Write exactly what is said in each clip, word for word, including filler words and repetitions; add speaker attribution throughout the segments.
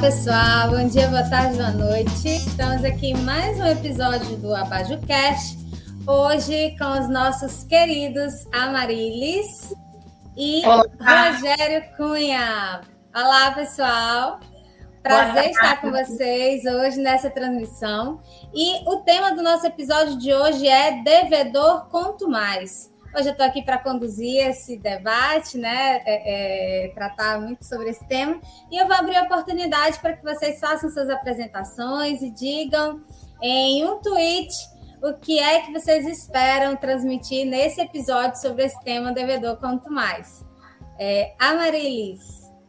Speaker 1: pessoal, bom dia, boa tarde, boa noite. Estamos aqui em mais um episódio do AbajuCast, hoje com os nossos queridos Amarilis e Olá. Rogério Cunha. Olá, pessoal, prazer estar com vocês hoje nessa transmissão. E o tema do nosso episódio de hoje é Devedor Conto Mais. Hoje eu estou aqui para conduzir esse debate, né? É, é, tratar muito sobre esse tema. E eu vou abrir a oportunidade para que vocês façam suas apresentações e digam em um tweet o que é que vocês esperam transmitir nesse episódio sobre esse tema Devedor Conto Mais. É, Amarilis.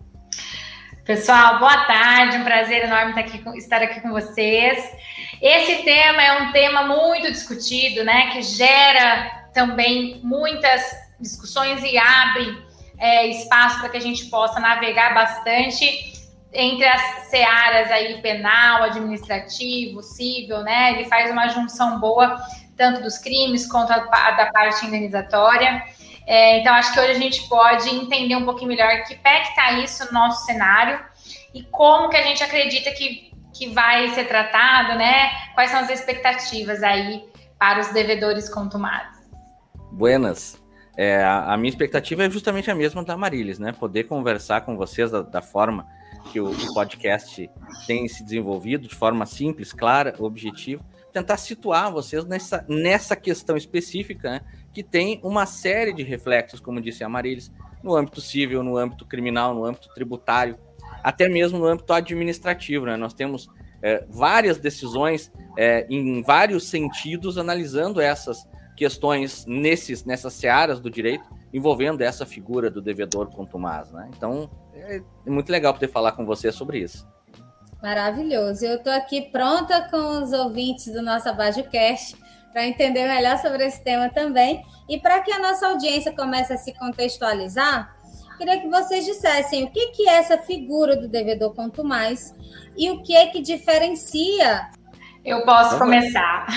Speaker 2: Pessoal, boa tarde. Um prazer enorme estar aqui, estar aqui com vocês. Esse tema é um tema muito discutido, né? Que gera também muitas discussões e abre é, espaço para que a gente possa navegar bastante entre as searas aí penal, administrativo, civil, né? Ele faz uma junção boa tanto dos crimes quanto a, a da parte indenizatória. É, então, acho que hoje a gente pode entender um pouquinho melhor que pé que está isso no nosso cenário e como que a gente acredita que, que vai ser tratado, né? Quais são as expectativas aí para os devedores contumados.
Speaker 3: Buenas. É, a, a minha expectativa é justamente a mesma da Amarilis, né? Poder conversar com vocês da, da forma que o, o podcast tem se desenvolvido, de forma simples, clara, objetiva, tentar situar vocês nessa, nessa questão específica, né? Que tem uma série de reflexos, como disse a Amarilis, no âmbito civil, no âmbito criminal, no âmbito tributário, até mesmo no âmbito administrativo, né? Nós temos é, várias decisões é, em vários sentidos analisando essas questões nesses, nessas searas do direito, envolvendo essa figura do devedor contumaz, né? Então, é muito legal poder falar com você sobre isso.
Speaker 1: Maravilhoso. Eu estou aqui pronta com os ouvintes do nosso AbajuCast para entender melhor sobre esse tema também. E para que a nossa audiência comece a se contextualizar, queria que vocês dissessem o que, que é essa figura do devedor contumaz e o que é que diferencia.
Speaker 2: Eu posso Vamos começar.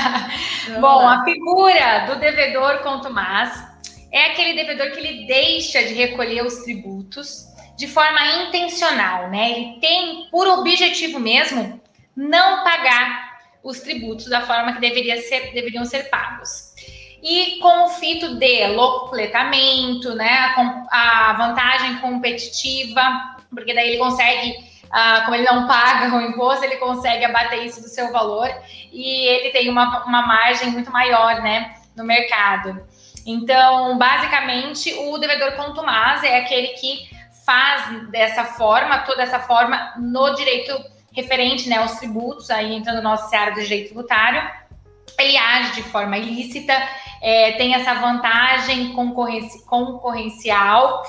Speaker 2: Bom, lá. A figura do devedor contumaz é aquele devedor que ele deixa de recolher os tributos de forma intencional, né? Ele tem por objetivo mesmo não pagar os tributos da forma que deveria ser, deveriam ser pagos. E com o fito de locupletamento, né? A vantagem competitiva, porque daí ele consegue... Ah, como ele não paga o imposto, ele consegue abater isso do seu valor e ele tem uma, uma margem muito maior, né, no mercado. Então, basicamente, o devedor contumaz é aquele que faz dessa forma, toda essa forma, no direito referente, né, aos tributos, aí entrando no nosso seara do direito tributário, ele age de forma ilícita, é, tem essa vantagem concorrenci- concorrencial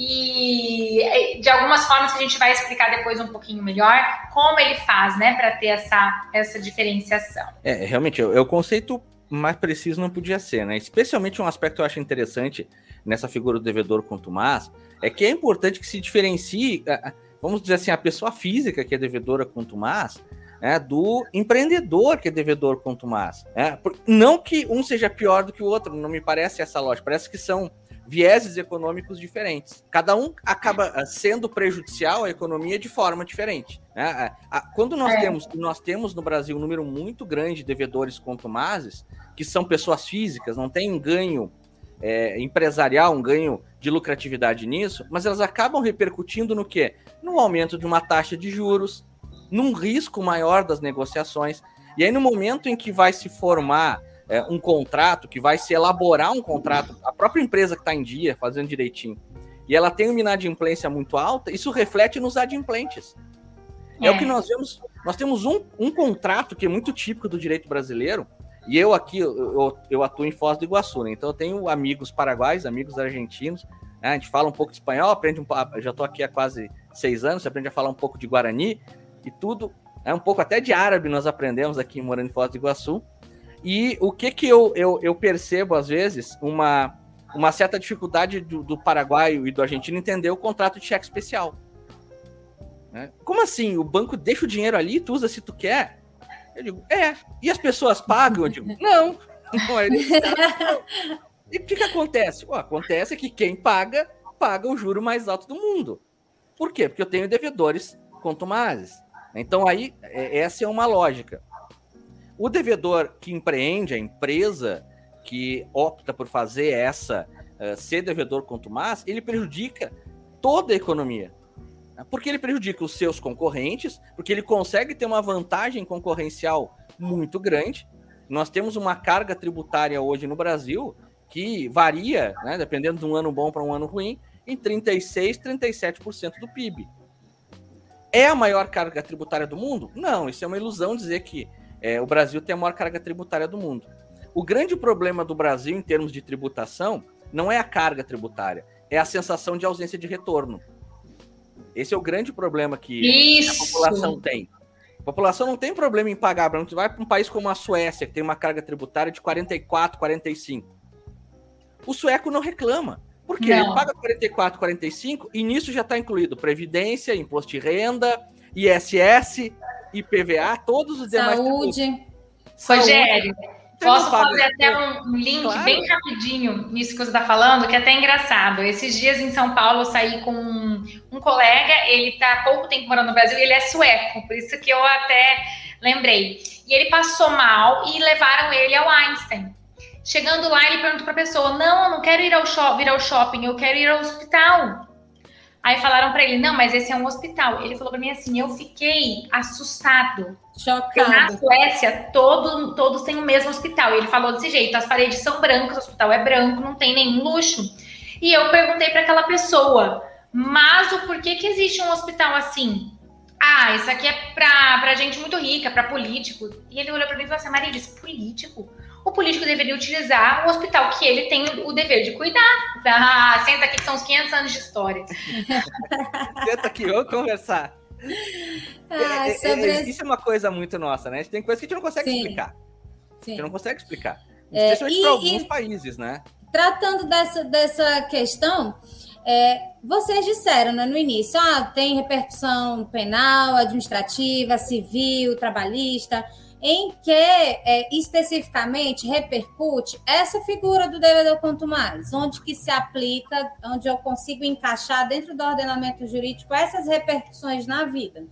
Speaker 2: e de algumas formas que a gente vai explicar depois um pouquinho melhor como ele faz, né, para ter essa, essa diferenciação.
Speaker 3: É, realmente, o, o conceito mais preciso não podia ser, né? Especialmente um aspecto que eu acho interessante nessa figura do devedor contumaz é que é importante que se diferencie, vamos dizer assim, a pessoa física que é devedora contumaz, É, do empreendedor que é devedor contumaz. É, não que um seja pior do que o outro, não me parece essa lógica. Parece que são vieses econômicos diferentes. Cada um acaba sendo prejudicial à economia de forma diferente. É, quando nós, é. temos, nós temos no Brasil um número muito grande de devedores contumazes, que são pessoas físicas, não tem um ganho é, empresarial, um ganho de lucratividade nisso, mas elas acabam repercutindo no quê? No aumento de uma taxa de juros, num risco maior das negociações, e aí no momento em que vai se formar é, um contrato, que vai se elaborar um contrato, a própria empresa que está em dia, fazendo direitinho, e ela tem uma inadimplência muito alta, isso reflete nos adimplentes. É, é o que nós vemos, nós temos um, um contrato que é muito típico do direito brasileiro, e eu aqui, eu, eu, eu atuo em Foz do Iguaçu, né? Então eu tenho amigos paraguaios, amigos argentinos, né? A gente fala um pouco de espanhol, aprende um pouco, eu já estou aqui há quase seis anos, você aprende a falar um pouco de Guarani, e tudo, é um pouco até de árabe nós aprendemos aqui morando em Foz do Iguaçu. E o que que eu, eu, eu percebo, às vezes, uma, uma certa dificuldade do, do paraguaio e do argentino entender o contrato de cheque especial. Né? Como assim? O banco deixa o dinheiro ali, tu usa se tu quer? Eu digo, é. E as pessoas pagam? Eu digo, não. não eles... E o que que acontece? Pô, acontece que quem paga, paga o juro mais alto do mundo. Por quê? Porque eu tenho devedores contumazes. Então, aí, essa é uma lógica. O devedor que empreende, a empresa que opta por fazer essa, uh, ser devedor contumaz, ele prejudica toda a economia. Porque ele prejudica os seus concorrentes, porque ele consegue ter uma vantagem concorrencial muito grande. Nós temos uma carga tributária hoje no Brasil que varia, né, dependendo de um ano bom para um ano ruim, em trinta e seis por cento, trinta e sete por cento do P I B. É a maior carga tributária do mundo? Não, isso é uma ilusão dizer que é, o Brasil tem a maior carga tributária do mundo. O grande problema do Brasil em termos de tributação não é a carga tributária, é a sensação de ausência de retorno. Esse é o grande problema que Isso. a população tem. A população não tem problema em pagar. Você vai para um país como a Suécia, que tem uma carga tributária de quarenta e quatro, quarenta e cinco. O sueco não reclama. Por quê? Não. Ele paga quarenta e quatro, quarenta e cinco e nisso já está incluído Previdência, Imposto de Renda, I S S, I P V A, todos os demais.
Speaker 1: Saúde.
Speaker 2: Rogério, posso fazer até um link claro. bem rapidinho nisso que você está falando, que é até engraçado. Esses dias em São Paulo eu saí com um, um colega, ele está há pouco tempo morando no Brasil e ele é sueco, por isso que eu até lembrei. E ele passou mal e levaram ele ao Einstein. Chegando lá, ele perguntou para a pessoa, não, eu não quero ir ao, shop, ir ao shopping, eu quero ir ao hospital. Aí falaram para ele, não, mas esse é um hospital. Ele falou para mim assim, eu fiquei assustado.
Speaker 1: Chocado.
Speaker 2: Na Suécia, todo, todos têm o mesmo hospital. E ele falou desse jeito, as paredes são brancas, o hospital é branco, não tem nenhum luxo. E eu perguntei para aquela pessoa, mas o porquê que existe um hospital assim? Ah, isso aqui é para gente muito rica, para político. E ele olhou para mim e falou assim, Marília, esse político? O político deveria utilizar o hospital que ele tem o dever de cuidar. Ah, senta aqui que são uns quinhentos anos de história.
Speaker 3: Senta aqui, vamos conversar. Ah, é, sobre... é, isso é uma coisa muito nossa, né? Tem coisa que a gente não consegue Sim. explicar. Sim. A gente não consegue explicar. Especialmente é, para alguns e, países, né?
Speaker 1: Tratando dessa, dessa questão, é, vocês disseram, né, no início, ah, tem repercussão penal, administrativa, civil, trabalhista... em que é, especificamente repercute essa figura do devedor contumaz, onde que se aplica, onde eu consigo encaixar dentro do ordenamento jurídico essas repercussões na vida.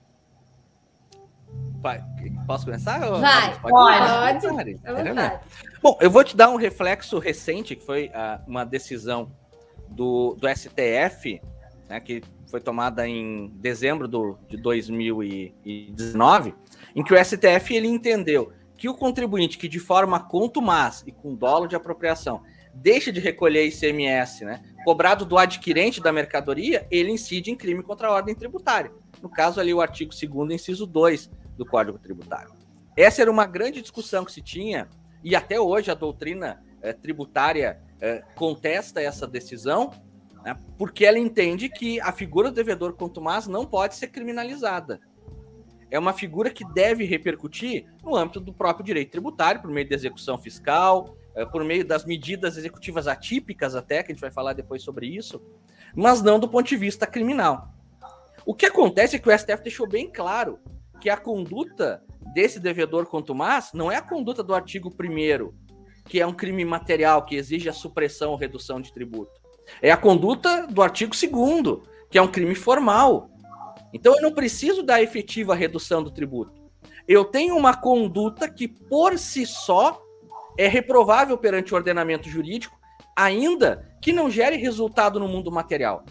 Speaker 3: Pai, posso começar?
Speaker 1: Vai,
Speaker 3: pode. pode. pode. Bom, eu vou te dar um reflexo recente, que foi uh, uma decisão do, do S T F, né, que foi tomada em dezembro do, de dois mil e dezenove, em que o S T F ele entendeu que o contribuinte que de forma contumaz e com dolo de apropriação deixa de recolher I C M S, né, cobrado do adquirente da mercadoria, ele incide em crime contra a ordem tributária. No caso ali o artigo segundo, inciso dois do Código Tributário. Essa era uma grande discussão que se tinha e até hoje a doutrina eh, tributária eh, contesta essa decisão, né, porque ela entende que a figura do devedor contumaz não pode ser criminalizada. É uma figura que deve repercutir no âmbito do próprio direito tributário, por meio da execução fiscal, por meio das medidas executivas atípicas até, que a gente vai falar depois sobre isso, mas não do ponto de vista criminal. O que acontece é que o S T F deixou bem claro que a conduta desse devedor contumaz não é a conduta do artigo primeiro, que é um crime material, que exige a supressão ou redução de tributo. É a conduta do artigo segundo, que é um crime formal. Então, eu não preciso da efetiva redução do tributo. Eu tenho uma conduta que, por si só, é reprovável perante o ordenamento jurídico, ainda que não gere resultado no mundo material.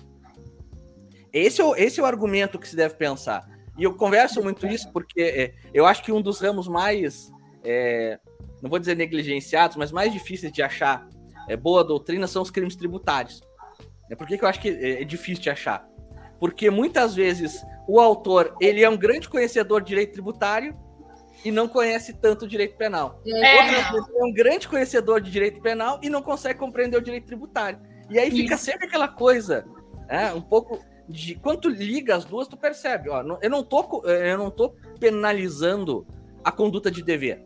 Speaker 3: Esse é o, esse é o argumento que se deve pensar. E eu converso muito isso porque é, eu acho que um dos ramos mais, é, não vou dizer negligenciados, mas mais difíceis de achar é, boa doutrina são os crimes tributários. É por que eu acho que é, é difícil de achar? Porque muitas vezes o autor ele é um grande conhecedor de direito tributário e não conhece tanto o direito penal. É. Outras vezes é um grande conhecedor de direito penal e não consegue compreender o direito tributário. E aí fica Isso. sempre aquela coisa, né, um pouco de... Quando tu liga as duas, tu percebe. Ó, eu, não tô, eu não tô penalizando a conduta de dever.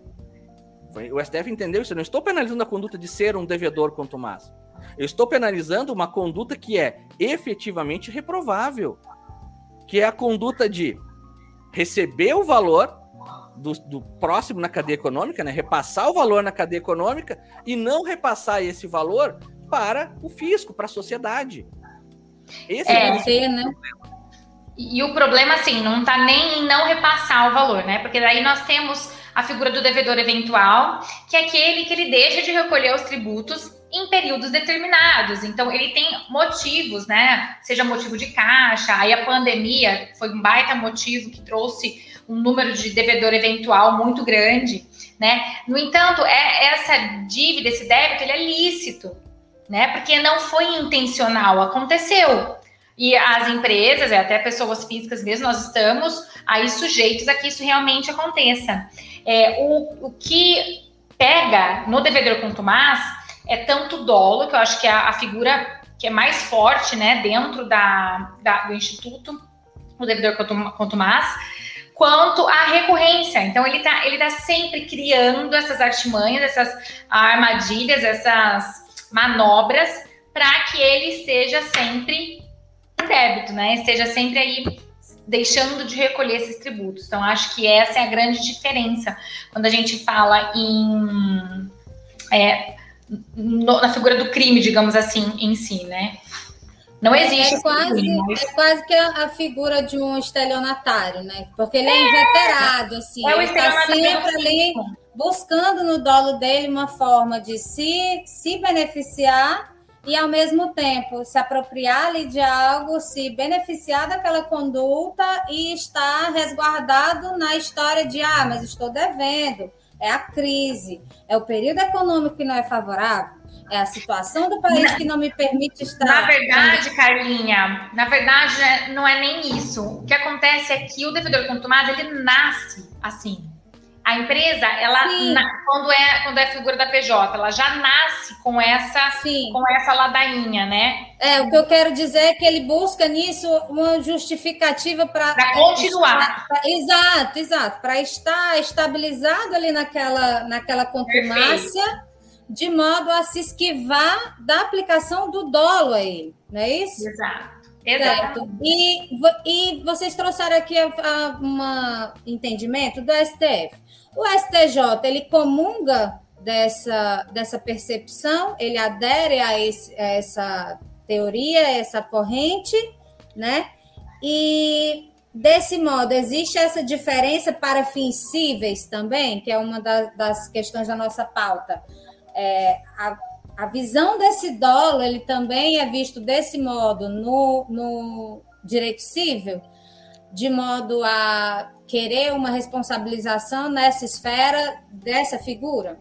Speaker 3: O S T F entendeu isso. Eu não estou penalizando a conduta de ser um devedor contumaz. Eu estou penalizando uma conduta que é efetivamente reprovável, que é a conduta de receber o valor do, do próximo na cadeia econômica, né? Repassar o valor na cadeia econômica e não repassar esse valor para o fisco, para a sociedade. Esse
Speaker 1: é, é ter, né?
Speaker 2: E, e o problema, assim, não está nem em não repassar o valor, né? Porque daí nós temos a figura do devedor eventual, que é aquele que ele deixa de recolher os tributos em períodos determinados. Então, ele tem motivos, né? Seja motivo de caixa, aí a pandemia foi um baita motivo que trouxe um número de devedor eventual muito grande, né? No entanto, é, essa dívida, esse débito, ele é lícito, né? Porque não foi intencional, aconteceu. E as empresas, e até pessoas físicas mesmo, nós estamos aí sujeitos a que isso realmente aconteça. É, o, o que pega no devedor contumaz é tanto o dolo, que eu acho que é a, a figura que é mais forte, né, dentro da, da, do Instituto, o devedor contumaz, quanto a recorrência. Então, ele está ele tá sempre criando essas artimanhas, essas armadilhas, essas manobras, para que ele esteja sempre em débito, né? Esteja sempre aí deixando de recolher esses tributos. Então, acho que essa é a grande diferença quando a gente fala em... É, no, na figura do crime, digamos assim, em si, né? Não existe.
Speaker 1: É quase, crime, mas... é quase que a, a figura de um estelionatário, né? Porque ele é, é inveterado, assim. É, ele está sempre ali buscando no dolo dele uma forma de se, se beneficiar e, ao mesmo tempo, se apropriar ali de algo, se beneficiar daquela conduta e estar resguardado na história de, ah, mas estou devendo, é a crise, é o período econômico que não é favorável, é a situação do país que não me permite estar...
Speaker 2: Na verdade, Carlinha, na verdade, não é nem isso. O que acontece é que o devedor contumaz, ele nasce assim. A empresa, ela na, quando é quando é figura da P J, ela já nasce com essa Sim. com essa ladainha, né?
Speaker 1: É, o que eu quero dizer é que ele busca nisso uma justificativa para
Speaker 2: para continuar.
Speaker 1: Pra, exato, exato, para estar estabilizado ali naquela naquela contumácia, Perfeito. De modo a se esquivar da aplicação do dolo a ele, não é isso?
Speaker 2: Exato. Exato.
Speaker 1: E, e vocês trouxeram aqui um entendimento do S T F. O S T J, ele comunga dessa, dessa percepção, ele adere a, esse, a essa teoria, a essa corrente, né? E, desse modo, existe essa diferença para fins cíveis também, que é uma da, das questões da nossa pauta. É, a A visão desse dolo, ele também é visto desse modo no, no direito civil, de modo a querer uma responsabilização nessa esfera dessa figura?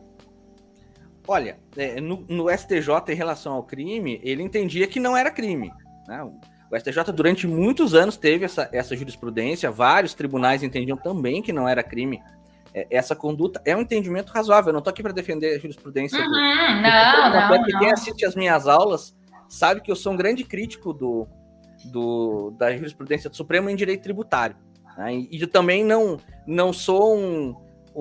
Speaker 3: Olha, no, no S T J, em relação ao crime, ele entendia que não era crime, né? O S T J, durante muitos anos, teve essa, essa jurisprudência, vários tribunais entendiam também que não era crime. Essa conduta é um entendimento razoável. Eu não estou aqui para defender a jurisprudência.
Speaker 2: Uhum,
Speaker 3: do,
Speaker 2: não,
Speaker 3: do,
Speaker 2: não,
Speaker 3: não. Quem assiste as minhas aulas sabe que eu sou um grande crítico do, do, da jurisprudência do Supremo em direito tributário. Né? E eu também não, não sou um,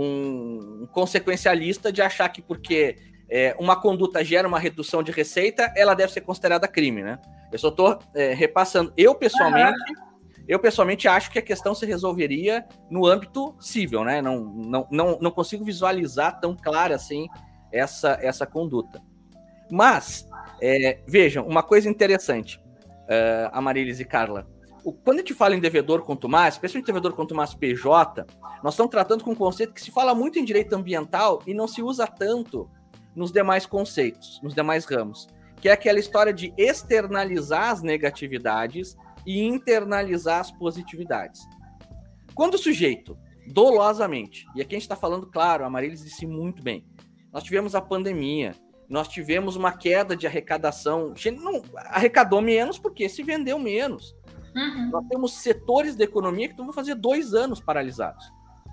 Speaker 3: um consequencialista de achar que porque é, uma conduta gera uma redução de receita, ela deve ser considerada crime. Né? Eu só estou é, repassando. Eu, pessoalmente... Uhum. Eu, pessoalmente, acho que a questão se resolveria no âmbito civil, né? Não, não, não, não consigo visualizar tão clara assim essa, essa conduta. Mas, é, vejam, uma coisa interessante, uh, Amarilis e Carla. O, quando a gente fala em devedor contumaz, especialmente devedor contumaz P J, nós estamos tratando com um conceito que se fala muito em direito ambiental e não se usa tanto nos demais conceitos, nos demais ramos, que é aquela história de externalizar as negatividades e internalizar as positividades. Quando o sujeito, dolosamente, e aqui a gente está falando, claro, a Marilis disse muito bem, nós tivemos a pandemia, nós tivemos uma queda de arrecadação, não, arrecadou menos porque se vendeu menos. Uhum. Nós temos setores da economia que vão fazer dois anos paralisados.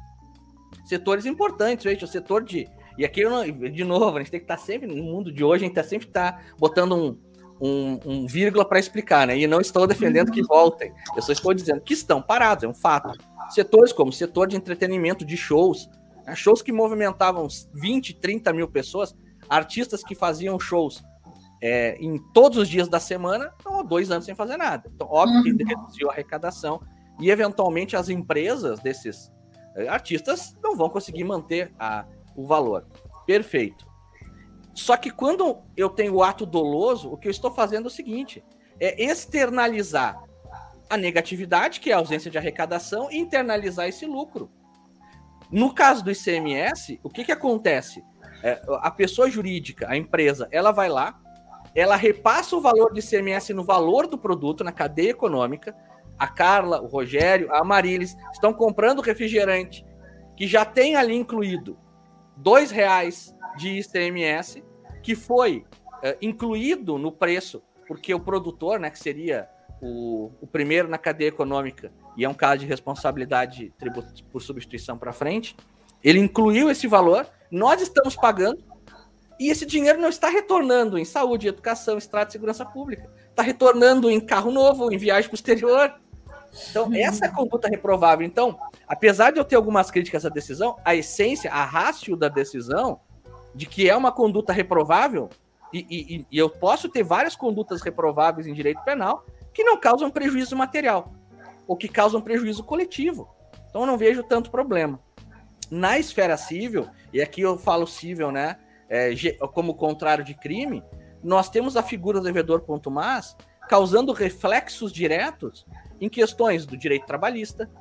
Speaker 3: Setores importantes, veja, o setor de... E aqui, de novo, a gente tem que estar sempre, no mundo de hoje, a gente tá sempre está botando um Um, um vírgula para explicar, né? E não estou defendendo que voltem. Eu só estou dizendo que estão parados, é um fato. Setores como setor de entretenimento, de shows, né? Shows que movimentavam vinte, trinta mil pessoas, artistas que faziam shows é, em todos os dias da semana, estão há dois anos sem fazer nada. Então, óbvio que reduziu a arrecadação e, eventualmente, as empresas desses é, artistas não vão conseguir manter a, o valor. Perfeito. Só que quando eu tenho o ato doloso, o que eu estou fazendo é o seguinte, é externalizar a negatividade, que é a ausência de arrecadação, e internalizar esse lucro. No caso do I C M S, o que, que acontece? É, a pessoa jurídica, a empresa, ela vai lá, ela repassa o valor do I C M S no valor do produto, na cadeia econômica. A Carla, o Rogério, a Marilis estão comprando refrigerante que já tem ali incluído dois reais de I C M S, que foi é, incluído no preço, porque o produtor, né, que seria o, o primeiro na cadeia econômica, e é um caso de responsabilidade por substituição para frente, ele incluiu esse valor, nós estamos pagando, e esse dinheiro não está retornando em saúde, educação, estrada de segurança pública, está retornando em carro novo, em viagem posterior. Então, essa é a conduta reprovável. Então, apesar de eu ter algumas críticas à decisão, a essência, a ratio da decisão, de que é uma conduta reprovável, e, e, e eu posso ter várias condutas reprováveis em direito penal que não causam prejuízo material, ou que causam prejuízo coletivo. Então, eu não vejo tanto problema. Na esfera civil, e aqui eu falo civil, né, é, como contrário de crime, nós temos a figura do devedor contumaz causando reflexos diretos em questões do direito trabalhista,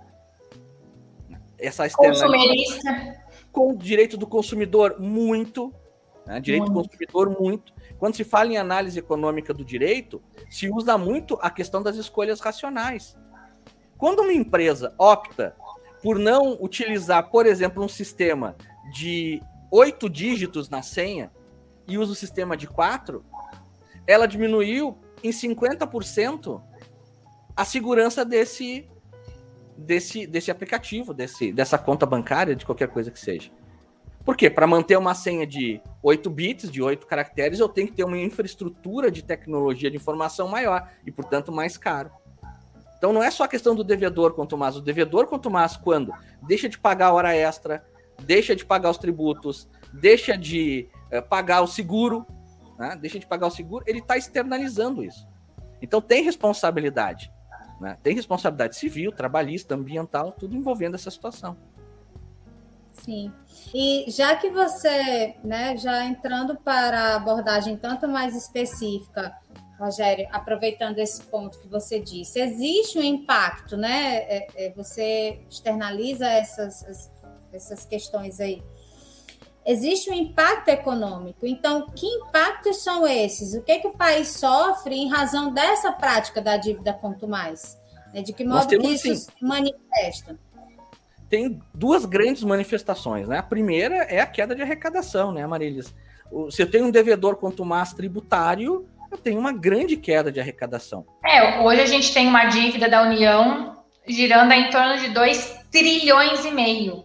Speaker 3: essa
Speaker 2: consumerista,
Speaker 3: com o direito do consumidor, muito, né, direito muito. do consumidor, muito. Quando se fala em análise econômica do direito, se usa muito a questão das escolhas racionais. Quando uma empresa opta por não utilizar, por exemplo, um sistema de oito dígitos na senha e usa o sistema de quatro, ela diminuiu em cinquenta por cento a segurança desse, desse, desse aplicativo, desse, dessa conta bancária, de qualquer coisa que seja. Por quê? Para manter uma senha de oito bits, de oito caracteres, eu tenho que ter uma infraestrutura de tecnologia de informação maior e, portanto, mais caro. Então, não é só a questão do devedor contumaz. O devedor contumaz, quando deixa de pagar a hora extra, deixa de pagar os tributos, deixa de uh, pagar o seguro, né? deixa de pagar o seguro, ele está externalizando isso. Então, tem responsabilidade. Né? Tem responsabilidade civil, trabalhista, ambiental, tudo envolvendo essa situação.
Speaker 1: Sim. E já que você, né, já entrando para a abordagem tanto mais específica, Rogério, aproveitando esse ponto que você disse, existe um impacto, né? É, é, você externaliza essas, essas questões aí. Existe um impacto econômico. Então, que impactos são esses? O que, que o país sofre em razão dessa prática da dívida contumaz? De que modo temos, que isso sim, se manifesta?
Speaker 3: Tem duas grandes manifestações, né? A primeira é a queda de arrecadação, né, Marilis? Se eu tenho um devedor contumaz tributário, eu tenho uma grande queda de arrecadação.
Speaker 2: É, hoje a gente tem uma dívida da União girando em torno de dois trilhões e meio.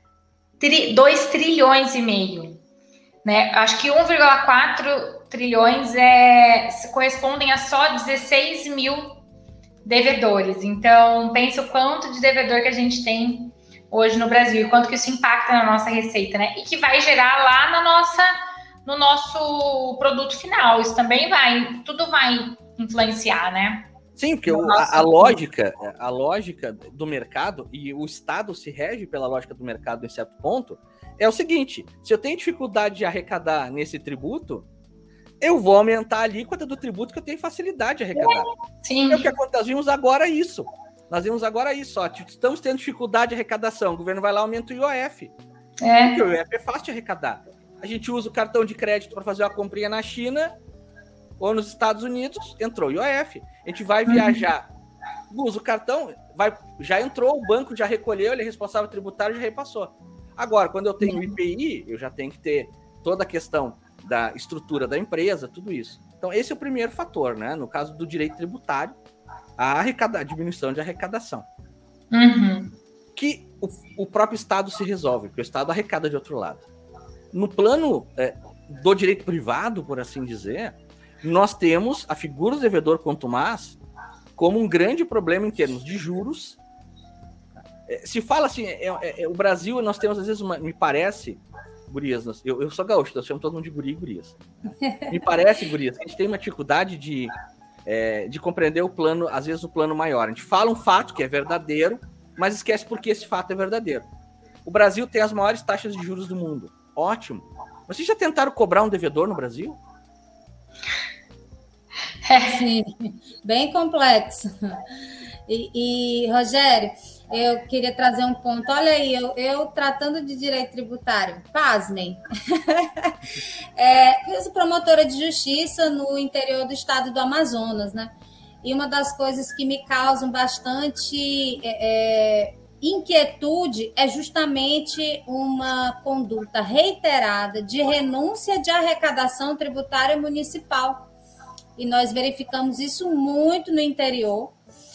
Speaker 2: dois trilhões e meio. Né? Acho que um vírgula quatro trilhões é, correspondem a só dezesseis mil devedores. Então, pensa o quanto de devedor que a gente tem hoje no Brasil e quanto que isso impacta na nossa receita, né? E que vai gerar lá na nossa, no nosso produto final. Isso também vai, tudo vai influenciar, né?
Speaker 3: Sim, porque o, a, a lógica, a lógica do mercado, e o Estado se rege pela lógica do mercado em certo ponto, é o seguinte: se eu tenho dificuldade de arrecadar nesse tributo, eu vou aumentar a alíquota do tributo que eu tenho facilidade de arrecadar.
Speaker 2: Sim.
Speaker 3: É o que acontece. Nós vimos agora isso. Nós vimos agora isso. Ó. Estamos tendo dificuldade de arrecadação. O governo vai lá e aumenta o I O F.
Speaker 2: É.
Speaker 3: Porque o I O F é fácil de arrecadar. A gente usa o cartão de crédito para fazer uma comprinha na China ou nos Estados Unidos, entrou o I O F. A gente vai viajar, uhum. usa o cartão, vai, já entrou, o banco já recolheu, ele é responsável tributário, já repassou. Agora, quando eu tenho o I P I, eu já tenho que ter toda a questão da estrutura da empresa, tudo isso. Então, esse é o primeiro fator, né? No caso do direito tributário, a, arrecada, a diminuição de arrecadação.
Speaker 2: Uhum.
Speaker 3: Que o, o próprio Estado se resolve, porque o Estado arrecada de outro lado. No plano é, do direito privado, por assim dizer, nós temos a figura do devedor contumaz como um grande problema em termos de juros. Se fala assim, é, é, é, o Brasil, nós temos às vezes, uma, me parece, gurias, eu, eu sou gaúcho, eu chamo todo mundo de guri e gurias. Me parece, gurias, que a gente tem uma dificuldade de, é, de compreender o plano, às vezes o plano maior. A gente fala um fato que é verdadeiro, mas esquece por que esse fato é verdadeiro. O Brasil tem as maiores taxas de juros do mundo. Ótimo. Vocês já tentaram cobrar um devedor no Brasil?
Speaker 1: É, sim, bem complexo. E, e, Rogério, eu queria trazer um ponto. Olha aí, eu, eu tratando de direito tributário, pasmem. é, eu sou promotora de justiça no interior do estado do Amazonas, né? E uma das coisas que me causam bastante é, inquietude é justamente uma conduta reiterada de renúncia de arrecadação tributária municipal. E nós verificamos isso muito no interior,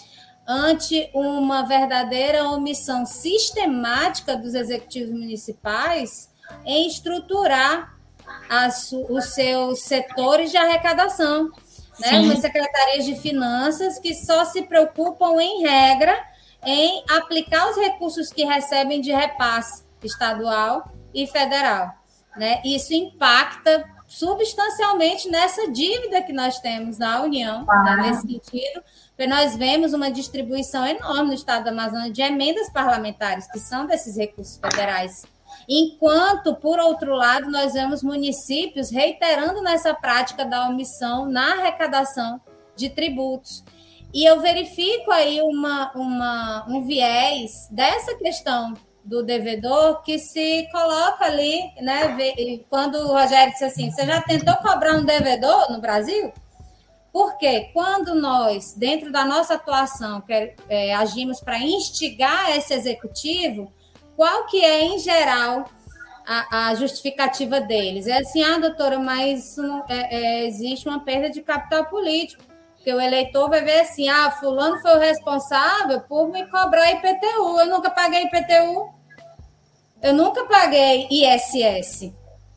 Speaker 1: ante uma verdadeira omissão sistemática dos executivos municipais em estruturar as, os seus setores de arrecadação. Né? Umas secretarias de finanças que só se preocupam, em regra, em aplicar os recursos que recebem de repasse estadual e federal. Né? Isso impacta substancialmente nessa dívida que nós temos na União, ah. né? Nesse sentido, porque nós vemos uma distribuição enorme no estado do Amazonas de emendas parlamentares, que são desses recursos federais. Enquanto, por outro lado, nós vemos municípios reiterando nessa prática da omissão na arrecadação de tributos. E eu verifico aí uma, uma, um viés dessa questão do devedor que se coloca ali, né? Quando o Rogério disse assim, você já tentou cobrar um devedor no Brasil? Porque quando nós, dentro da nossa atuação, que, é, agimos para instigar esse executivo, qual que é, em geral, a, a justificativa deles? É assim, ah, doutora, mas é, é, existe uma perda de capital político, porque o eleitor vai ver assim, ah, fulano foi o responsável por me cobrar I P T U, eu nunca paguei I P T U, eu nunca paguei I S S.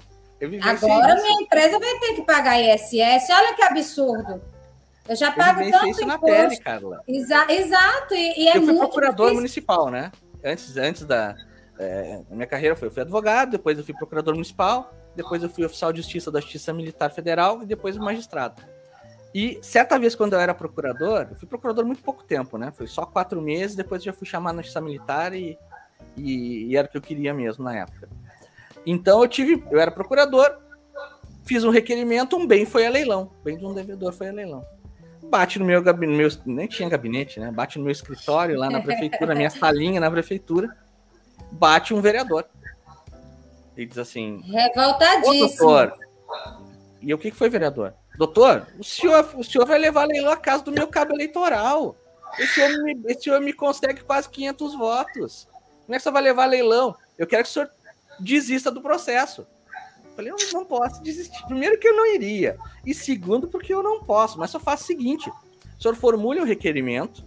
Speaker 1: Agora isso. Minha empresa vai ter que pagar I S S, olha que absurdo. Eu já pago
Speaker 3: eu
Speaker 1: tanto
Speaker 3: isso
Speaker 1: imposto.
Speaker 3: Na pele, Carla.
Speaker 1: Exa- exato, e, e é
Speaker 3: eu fui
Speaker 1: muito
Speaker 3: procurador
Speaker 1: difícil.
Speaker 3: municipal, né? Antes, antes da é, minha carreira, foi, eu fui advogado, depois eu fui procurador municipal, depois eu fui oficial de justiça da Justiça Militar Federal e depois magistrado. E certa vez, quando eu era procurador, eu fui procurador muito pouco tempo, né? Foi só quatro meses, depois eu já fui chamado na Justiça Militar e, e, e era o que eu queria mesmo na época. Então eu tive, eu era procurador, fiz um requerimento, um bem foi a leilão, o bem de um devedor foi a leilão. Bate no meu gabinete, nem tinha gabinete, né? Bate no meu escritório lá na prefeitura, na minha salinha na prefeitura, bate um vereador. E diz assim...
Speaker 1: Revoltadíssimo.
Speaker 3: Doutor, e o que foi, vereador? Doutor, o senhor, o senhor vai levar a leilão a casa do meu cabo eleitoral. Esse senhor me, esse senhor me consegue quase quinhentos votos. Como é que você vai levar a leilão? Eu quero que o senhor desista do processo. Falei, eu não posso desistir. Primeiro que eu não iria. E segundo, porque eu não posso. Mas só faço o seguinte. O senhor formule o requerimento.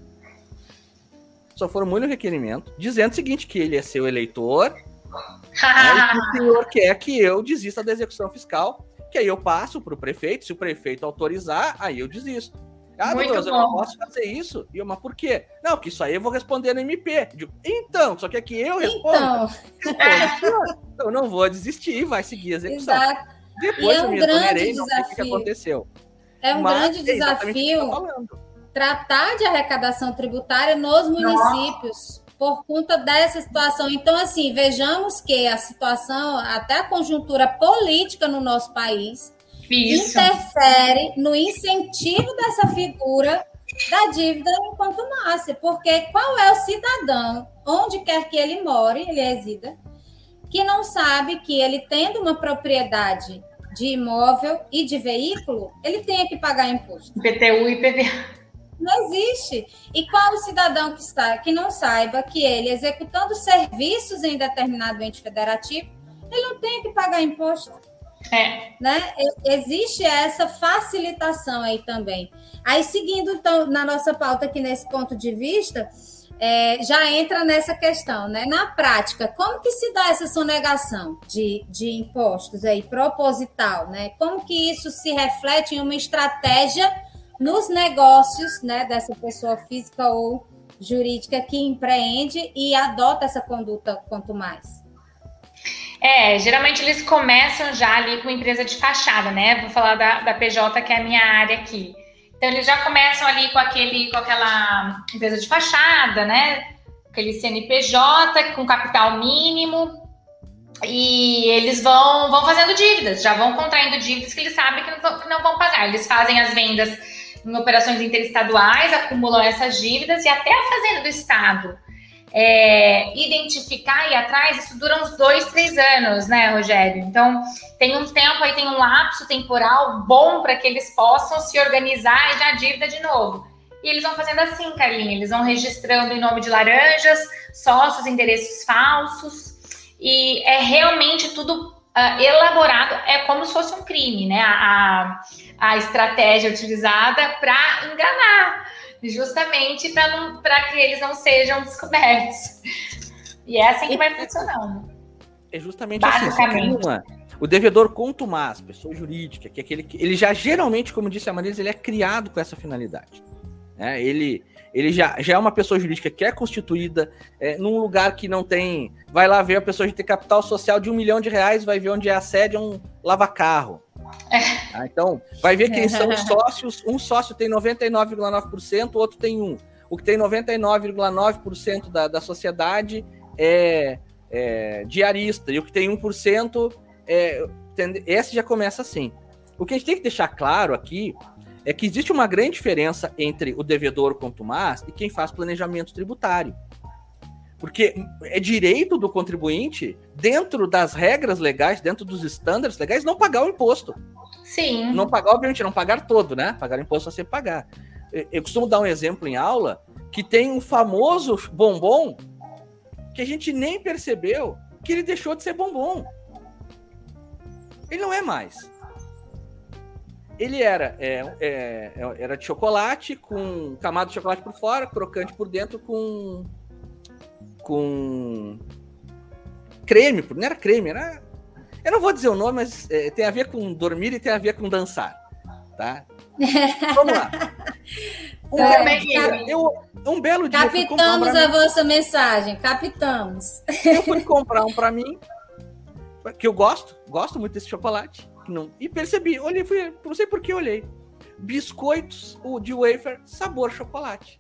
Speaker 3: Só formule o requerimento. Dizendo o seguinte, que ele é seu eleitor. Né, e que o senhor quer que eu desista da execução fiscal. Que aí eu passo para o prefeito. Se o prefeito autorizar, aí eu desisto. Ah, doutor, eu não posso fazer isso. E eu, mas por quê? Não, que isso aí eu vou responder no M P. Eu digo, então, só que é que eu respondo. Então, eu não vou desistir, vai seguir a execução.
Speaker 1: Exato.
Speaker 3: Depois
Speaker 1: e é um
Speaker 3: eu me
Speaker 1: grande
Speaker 3: desafio. Não sei o que aconteceu.
Speaker 1: É um
Speaker 3: mas,
Speaker 1: grande desafio tratar de arrecadação tributária nos municípios. Não. Por conta dessa situação. Então, assim, vejamos que a situação, até a conjuntura política no nosso país, isso. interfere no incentivo dessa figura da dívida enquanto nasce. Porque qual é o cidadão, onde quer que ele more, ele resida, que não sabe que ele, tendo uma propriedade de imóvel e de veículo, ele tem que pagar imposto?
Speaker 2: I P T U e I P V A.
Speaker 1: Não existe. E qual o cidadão que, está, que não saiba que ele, executando serviços em determinado ente federativo, ele não tem que pagar imposto?
Speaker 2: É.
Speaker 1: Né? Existe essa facilitação aí também. Aí, seguindo, então, na nossa pauta aqui nesse ponto de vista, é, já entra nessa questão, né? Na prática, como que se dá essa sonegação de, de impostos aí, proposital, né? Como que isso se reflete em uma estratégia nos negócios, né, dessa pessoa física ou jurídica que empreende e adota essa conduta quanto mais?
Speaker 2: É, geralmente eles começam já ali com empresa de fachada, né? Vou falar da, da P J, que é a minha área aqui. Então, eles já começam ali com, aquele, com aquela empresa de fachada, né? Aquele C N P J com capital mínimo. E eles vão, vão fazendo dívidas, já vão contraindo dívidas que eles sabem que não vão, que não vão pagar. Eles fazem as vendas em operações interestaduais, acumulam essas dívidas, e até a Fazenda do Estado é, identificar e ir atrás, isso dura uns dois, três anos, né, Rogério? Então, tem um tempo aí, tem um lapso temporal bom para que eles possam se organizar e dar dívida de novo. E eles vão fazendo assim, Carlinha, eles vão registrando em nome de laranjas, sócios, endereços falsos, e é realmente tudo uh, elaborado, é como se fosse um crime, né? A, a estratégia utilizada para enganar, justamente para que eles não sejam descobertos. E é assim que vai funcionando.
Speaker 3: É justamente assim. Uma, o devedor contumaz, pessoa jurídica, que é aquele que ele já geralmente, como disse a Marisa, ele é criado com essa finalidade. É, ele ele já, já é uma pessoa jurídica que é constituída é, num lugar que não tem... Vai lá ver a pessoa de ter capital social de um milhão de reais, vai ver onde é a sede, é um lava-carro. É. Ah, então, vai ver quem são os sócios. Um sócio tem noventa e nove vírgula nove por cento, o outro tem um. O que tem noventa e nove vírgula nove por cento da, da sociedade é, é diarista, e o que tem um por cento, é, esse já começa assim. O que a gente tem que deixar claro aqui é que existe uma grande diferença entre o devedor contumaz e quem faz planejamento tributário. Porque é direito do contribuinte, dentro das regras legais, dentro dos estándares legais, não pagar o imposto.
Speaker 2: Sim.
Speaker 3: Não pagar, obviamente, não pagar todo, né? Pagar o imposto a ser pagar. Eu costumo dar um exemplo em aula que tem um famoso bombom que a gente nem percebeu que ele deixou de ser bombom. Ele não é mais. Ele era, é, é, era de chocolate, com camada de chocolate por fora, crocante por dentro, com, com creme. Não era creme, era... Eu não vou dizer o nome, mas é, tem a ver com dormir e tem a ver com dançar. Tá? Vamos lá. Um, belo, eu, um belo dia...
Speaker 1: Captamos um a vossa mensagem, captamos.
Speaker 3: Eu fui comprar um para mim, que eu gosto, gosto muito desse chocolate. Não. E percebi, olhei, fui, não sei por que olhei. Biscoitos de wafer, sabor chocolate.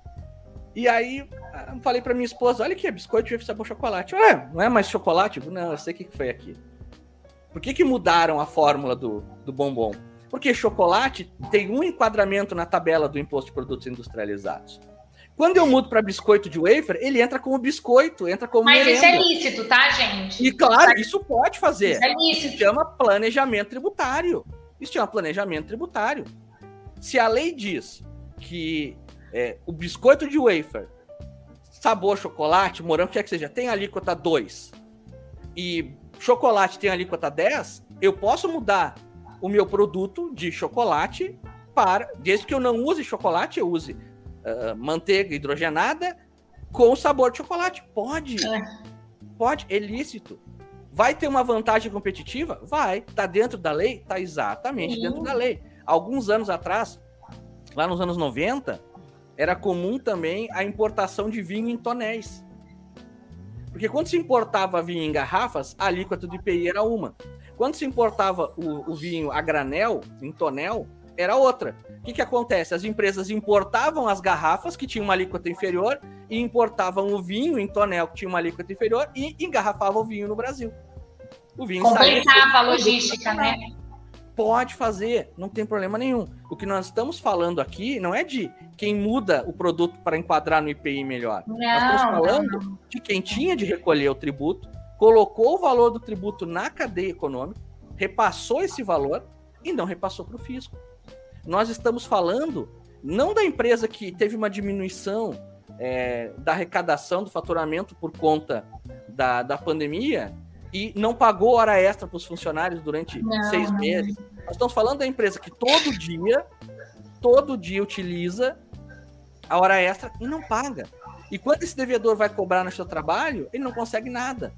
Speaker 3: E aí, falei pra minha esposa, olha aqui, é biscoito de wafer, sabor chocolate. Ué, não é mais chocolate? Não, eu sei o que foi aqui. Por que que mudaram a fórmula do, do bombom? Porque chocolate tem um enquadramento na tabela do Imposto de Produtos Industrializados. Quando eu mudo para biscoito de wafer, ele entra como biscoito, entra como
Speaker 2: Mas
Speaker 3: merenda.
Speaker 2: Isso é lícito, tá, gente?
Speaker 3: E claro, isso pode fazer.
Speaker 2: Isso é lícito.
Speaker 3: Isso chama planejamento tributário. Isso chama planejamento tributário. Se a lei diz que é, o biscoito de wafer, sabor chocolate, morango, quer que seja, tem alíquota dois e chocolate tem alíquota dez, eu posso mudar o meu produto de chocolate para, desde que eu não use chocolate, eu use Uh, manteiga hidrogenada com sabor de chocolate. Pode. É. Pode. É lícito. Vai ter uma vantagem competitiva? Vai. Tá dentro da lei? Tá exatamente Sim. dentro da lei. Alguns anos atrás, lá nos anos noventa, era comum também a importação de vinho em tonéis. Porque quando se importava vinho em garrafas, a alíquota do I P I era uma. Quando se importava o, o vinho a granel, em tonel, era outra. O que que acontece? As empresas importavam as garrafas, que tinham uma alíquota inferior, e importavam o vinho em tonel, que tinha uma alíquota inferior, e engarrafavam o vinho no Brasil. O vinho
Speaker 2: complicava a logística, né?
Speaker 3: Pode fazer, não tem problema nenhum. O que nós estamos falando aqui não é de quem muda o produto para enquadrar no I P I melhor.
Speaker 2: Não,
Speaker 3: nós estamos falando
Speaker 2: não, não.
Speaker 3: de quem tinha de recolher o tributo, colocou o valor do tributo na cadeia econômica, repassou esse valor e não repassou para o fisco. Nós estamos falando não da empresa que teve uma diminuição é, da arrecadação, do faturamento por conta da, da pandemia e não pagou hora extra para os funcionários durante não. seis meses. Nós estamos falando da empresa que todo dia, todo dia utiliza a hora extra e não paga. E quando esse devedor vai cobrar no seu trabalho, ele não consegue nada.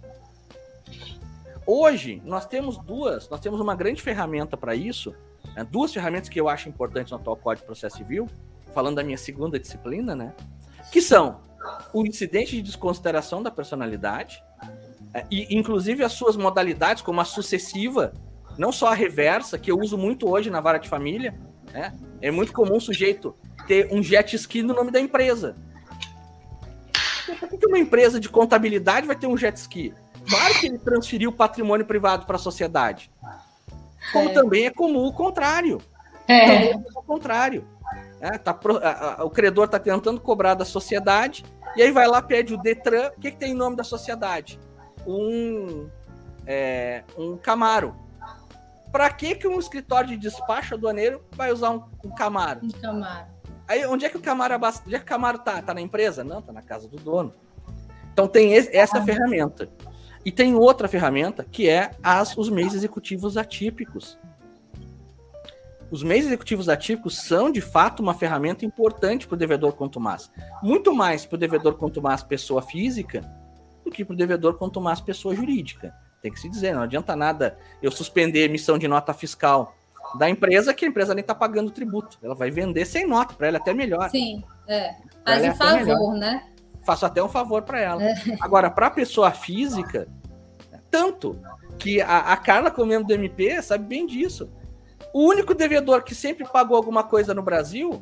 Speaker 3: Hoje, nós temos duas, nós temos uma grande ferramenta para isso, né? Duas ferramentas que eu acho importantes no atual Código de Processo Civil, falando da minha segunda disciplina, né? Que são o incidente de desconsideração da personalidade, e inclusive as suas modalidades, como a sucessiva, não só a reversa, que eu uso muito hoje na vara de família, né? É muito comum o sujeito ter um jet ski no nome da empresa. Por que uma empresa de contabilidade vai ter um jet ski? Claro que ele transferiu o patrimônio privado para a sociedade. Como é. também é comum o contrário. É. Também é o contrário. É, tá pro, a, a, o credor está tentando cobrar da sociedade, e aí vai lá, pede o Detran. O que, que tem em nome da sociedade? Um, é, um Camaro. Para que, que um escritório de despacho aduaneiro vai usar um, um Camaro?
Speaker 1: Um Camaro.
Speaker 3: Aí, onde é que o Camaro onde é que o Camaro tá? Tá na empresa? Não, tá na casa do dono. Então tem esse, essa ah. ferramenta. E tem outra ferramenta, que é as, os meios executivos atípicos. Os meios executivos atípicos são, de fato, uma ferramenta importante para o devedor contumaz. Muito mais para o devedor contumaz pessoa física do que para o devedor contumaz pessoa jurídica. Tem que se dizer, não adianta nada eu suspender a emissão de nota fiscal da empresa, que a empresa nem está pagando tributo. Ela vai vender sem nota, para ela é até melhor.
Speaker 1: Sim, é. Faz um favor, melhor. Né?
Speaker 3: Faço até um favor para ela. É. Agora, para a pessoa física, tanto que a, a Carla, como membro do M P, sabe bem disso. O único devedor que sempre pagou alguma coisa no Brasil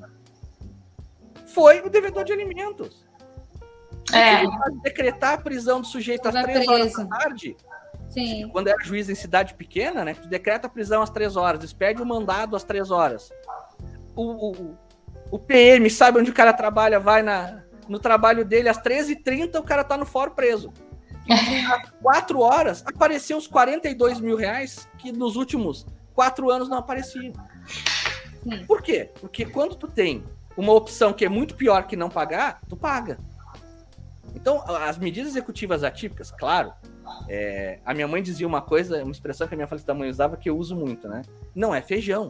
Speaker 3: foi o devedor de alimentos.
Speaker 2: É.
Speaker 3: Decretar a prisão do sujeito às três horas da tarde.
Speaker 1: Sim.
Speaker 3: Quando era juiz em cidade pequena, né? Tu decreta a prisão às três horas, despede o mandado às três horas. O, o, o P M sabe onde o cara trabalha, vai na, no trabalho dele, às treze e trinta o cara tá no fórum preso. Às quatro horas, apareceu os quarenta e dois mil reais que nos últimos quatro anos não apareciam.
Speaker 1: Sim.
Speaker 3: Por quê? Porque quando tu tem uma opção que é muito pior que não pagar, tu paga. Então, as medidas executivas atípicas, claro, é, a minha mãe dizia uma coisa, uma expressão que a minha falecida mãe usava, que eu uso muito, né? Não é feijão.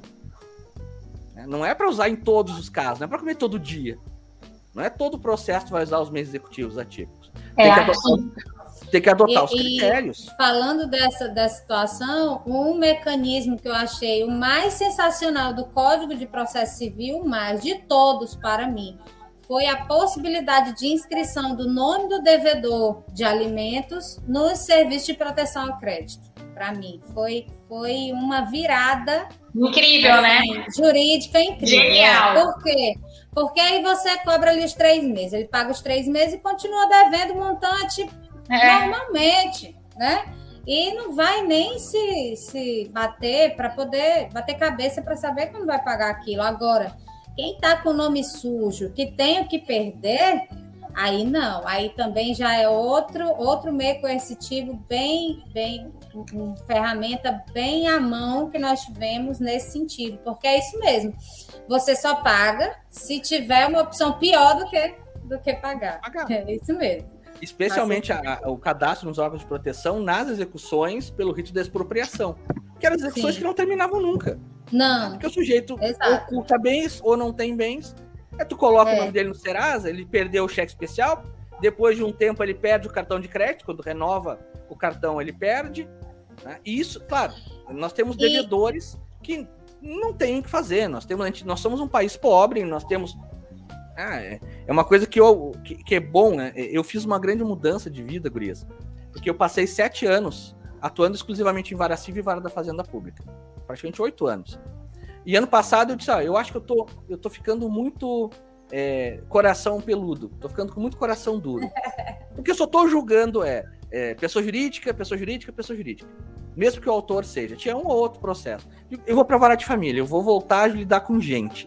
Speaker 3: Não é para usar em todos os casos, não é para comer todo dia. Não é todo o processo que vai usar os meios executivos atípicos. Tem
Speaker 2: É,
Speaker 3: que adotar, tem que adotar
Speaker 1: e,
Speaker 3: os critérios.
Speaker 1: E falando dessa, dessa situação, um mecanismo que eu achei o mais sensacional do Código de Processo Civil, mais de todos para mim, foi a possibilidade de inscrição do nome do devedor de alimentos no serviço de proteção ao crédito. Para mim, foi, foi uma virada
Speaker 2: incrível, assim,
Speaker 1: né? Jurídica incrível.
Speaker 2: Genial.
Speaker 1: Por quê? Porque aí você cobra ali os três meses. Ele paga os três meses e continua devendo o montante é. normalmente, né? E não vai nem se, se bater para poder bater cabeça para saber quando vai pagar aquilo. Agora, quem está com o nome sujo, que tem o que perder, aí não. Aí também já é outro, outro meio coercitivo bem, bem, uma ferramenta bem à mão que nós tivemos nesse sentido. Porque é isso mesmo. Você só paga se tiver uma opção pior do que, do que pagar. pagar. É isso mesmo.
Speaker 3: Especialmente a, a, o cadastro nos órgãos de proteção nas execuções pelo rito de expropriação. Que eram execuções Sim. que não terminavam nunca.
Speaker 1: Não.
Speaker 3: Porque o sujeito
Speaker 1: Exato.
Speaker 3: oculta bens ou não tem bens. Aí tu coloca é. o nome dele no Serasa, ele perdeu o cheque especial, depois de um tempo ele perde o cartão de crédito, quando renova o cartão ele perde. Né? E isso, claro, nós temos devedores e... que não tem o que fazer. Nós, temos, a gente, nós somos um país pobre, nós temos... Ah, é, é uma coisa que, eu, que, que é bom, né? Eu fiz uma grande mudança de vida, gurias, porque eu passei sete anos atuando exclusivamente em vara civil e vara da Fazenda Pública. Praticamente oito anos. E ano passado eu disse, ah, eu acho que eu tô, eu tô ficando muito é, coração peludo, tô ficando com muito coração duro. Porque eu só tô julgando é, é, pessoa jurídica, pessoa jurídica, pessoa jurídica. Mesmo que o autor seja. Tinha um ou outro processo. Eu vou pra vara de família, eu vou voltar a lidar com gente.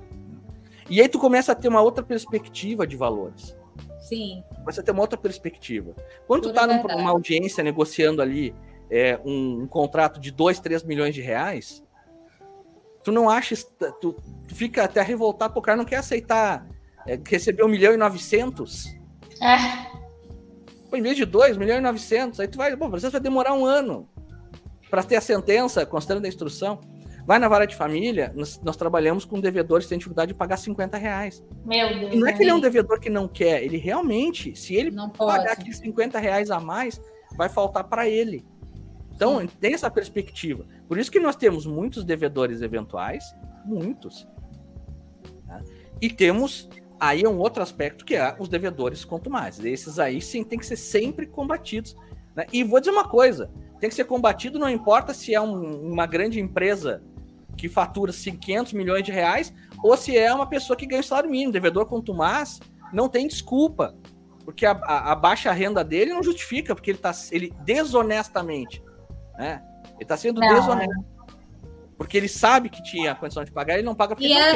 Speaker 3: E aí tu começa a ter uma outra perspectiva de valores.
Speaker 1: Sim.
Speaker 3: Começa a ter uma outra perspectiva. Quando tu tá numa num, audiência negociando ali é, um, um contrato de dois, três milhões de reais, tu não acha, tu, tu fica até revoltado, porque o cara não quer aceitar é, receber um milhão e novecentos.
Speaker 2: É.
Speaker 3: Pô, em vez de dois, um milhão e novecentos, aí tu vai, bom, você vai demorar um ano para ter a sentença, considerando a instrução. Vai na vara de família, nós, nós trabalhamos com devedores que têm dificuldade de pagar cinquenta reais.
Speaker 2: Meu Deus.
Speaker 3: E não é que ele é um devedor que não quer, ele realmente, se ele
Speaker 1: não
Speaker 3: pagar
Speaker 1: pode.
Speaker 3: aqueles cinquenta reais a mais, vai faltar para ele. Então, Sim. tem essa perspectiva. Por isso que nós temos muitos devedores eventuais, muitos. Tá? E temos aí um outro aspecto que é os devedores contumazes. Esses aí, sim, tem que ser sempre combatidos. Né? E vou dizer uma coisa, tem que ser combatido, não importa se é um, uma grande empresa que fatura quinhentos milhões de reais, ou se é uma pessoa que ganha o salário mínimo. Devedor contumaz não tem desculpa, porque a, a, a baixa renda dele não justifica, porque ele está ele desonestamente, né? Ele está sendo não. desonesto, porque ele sabe que tinha a condição de pagar, ele não paga porque
Speaker 1: e
Speaker 3: não
Speaker 1: é,
Speaker 3: quer.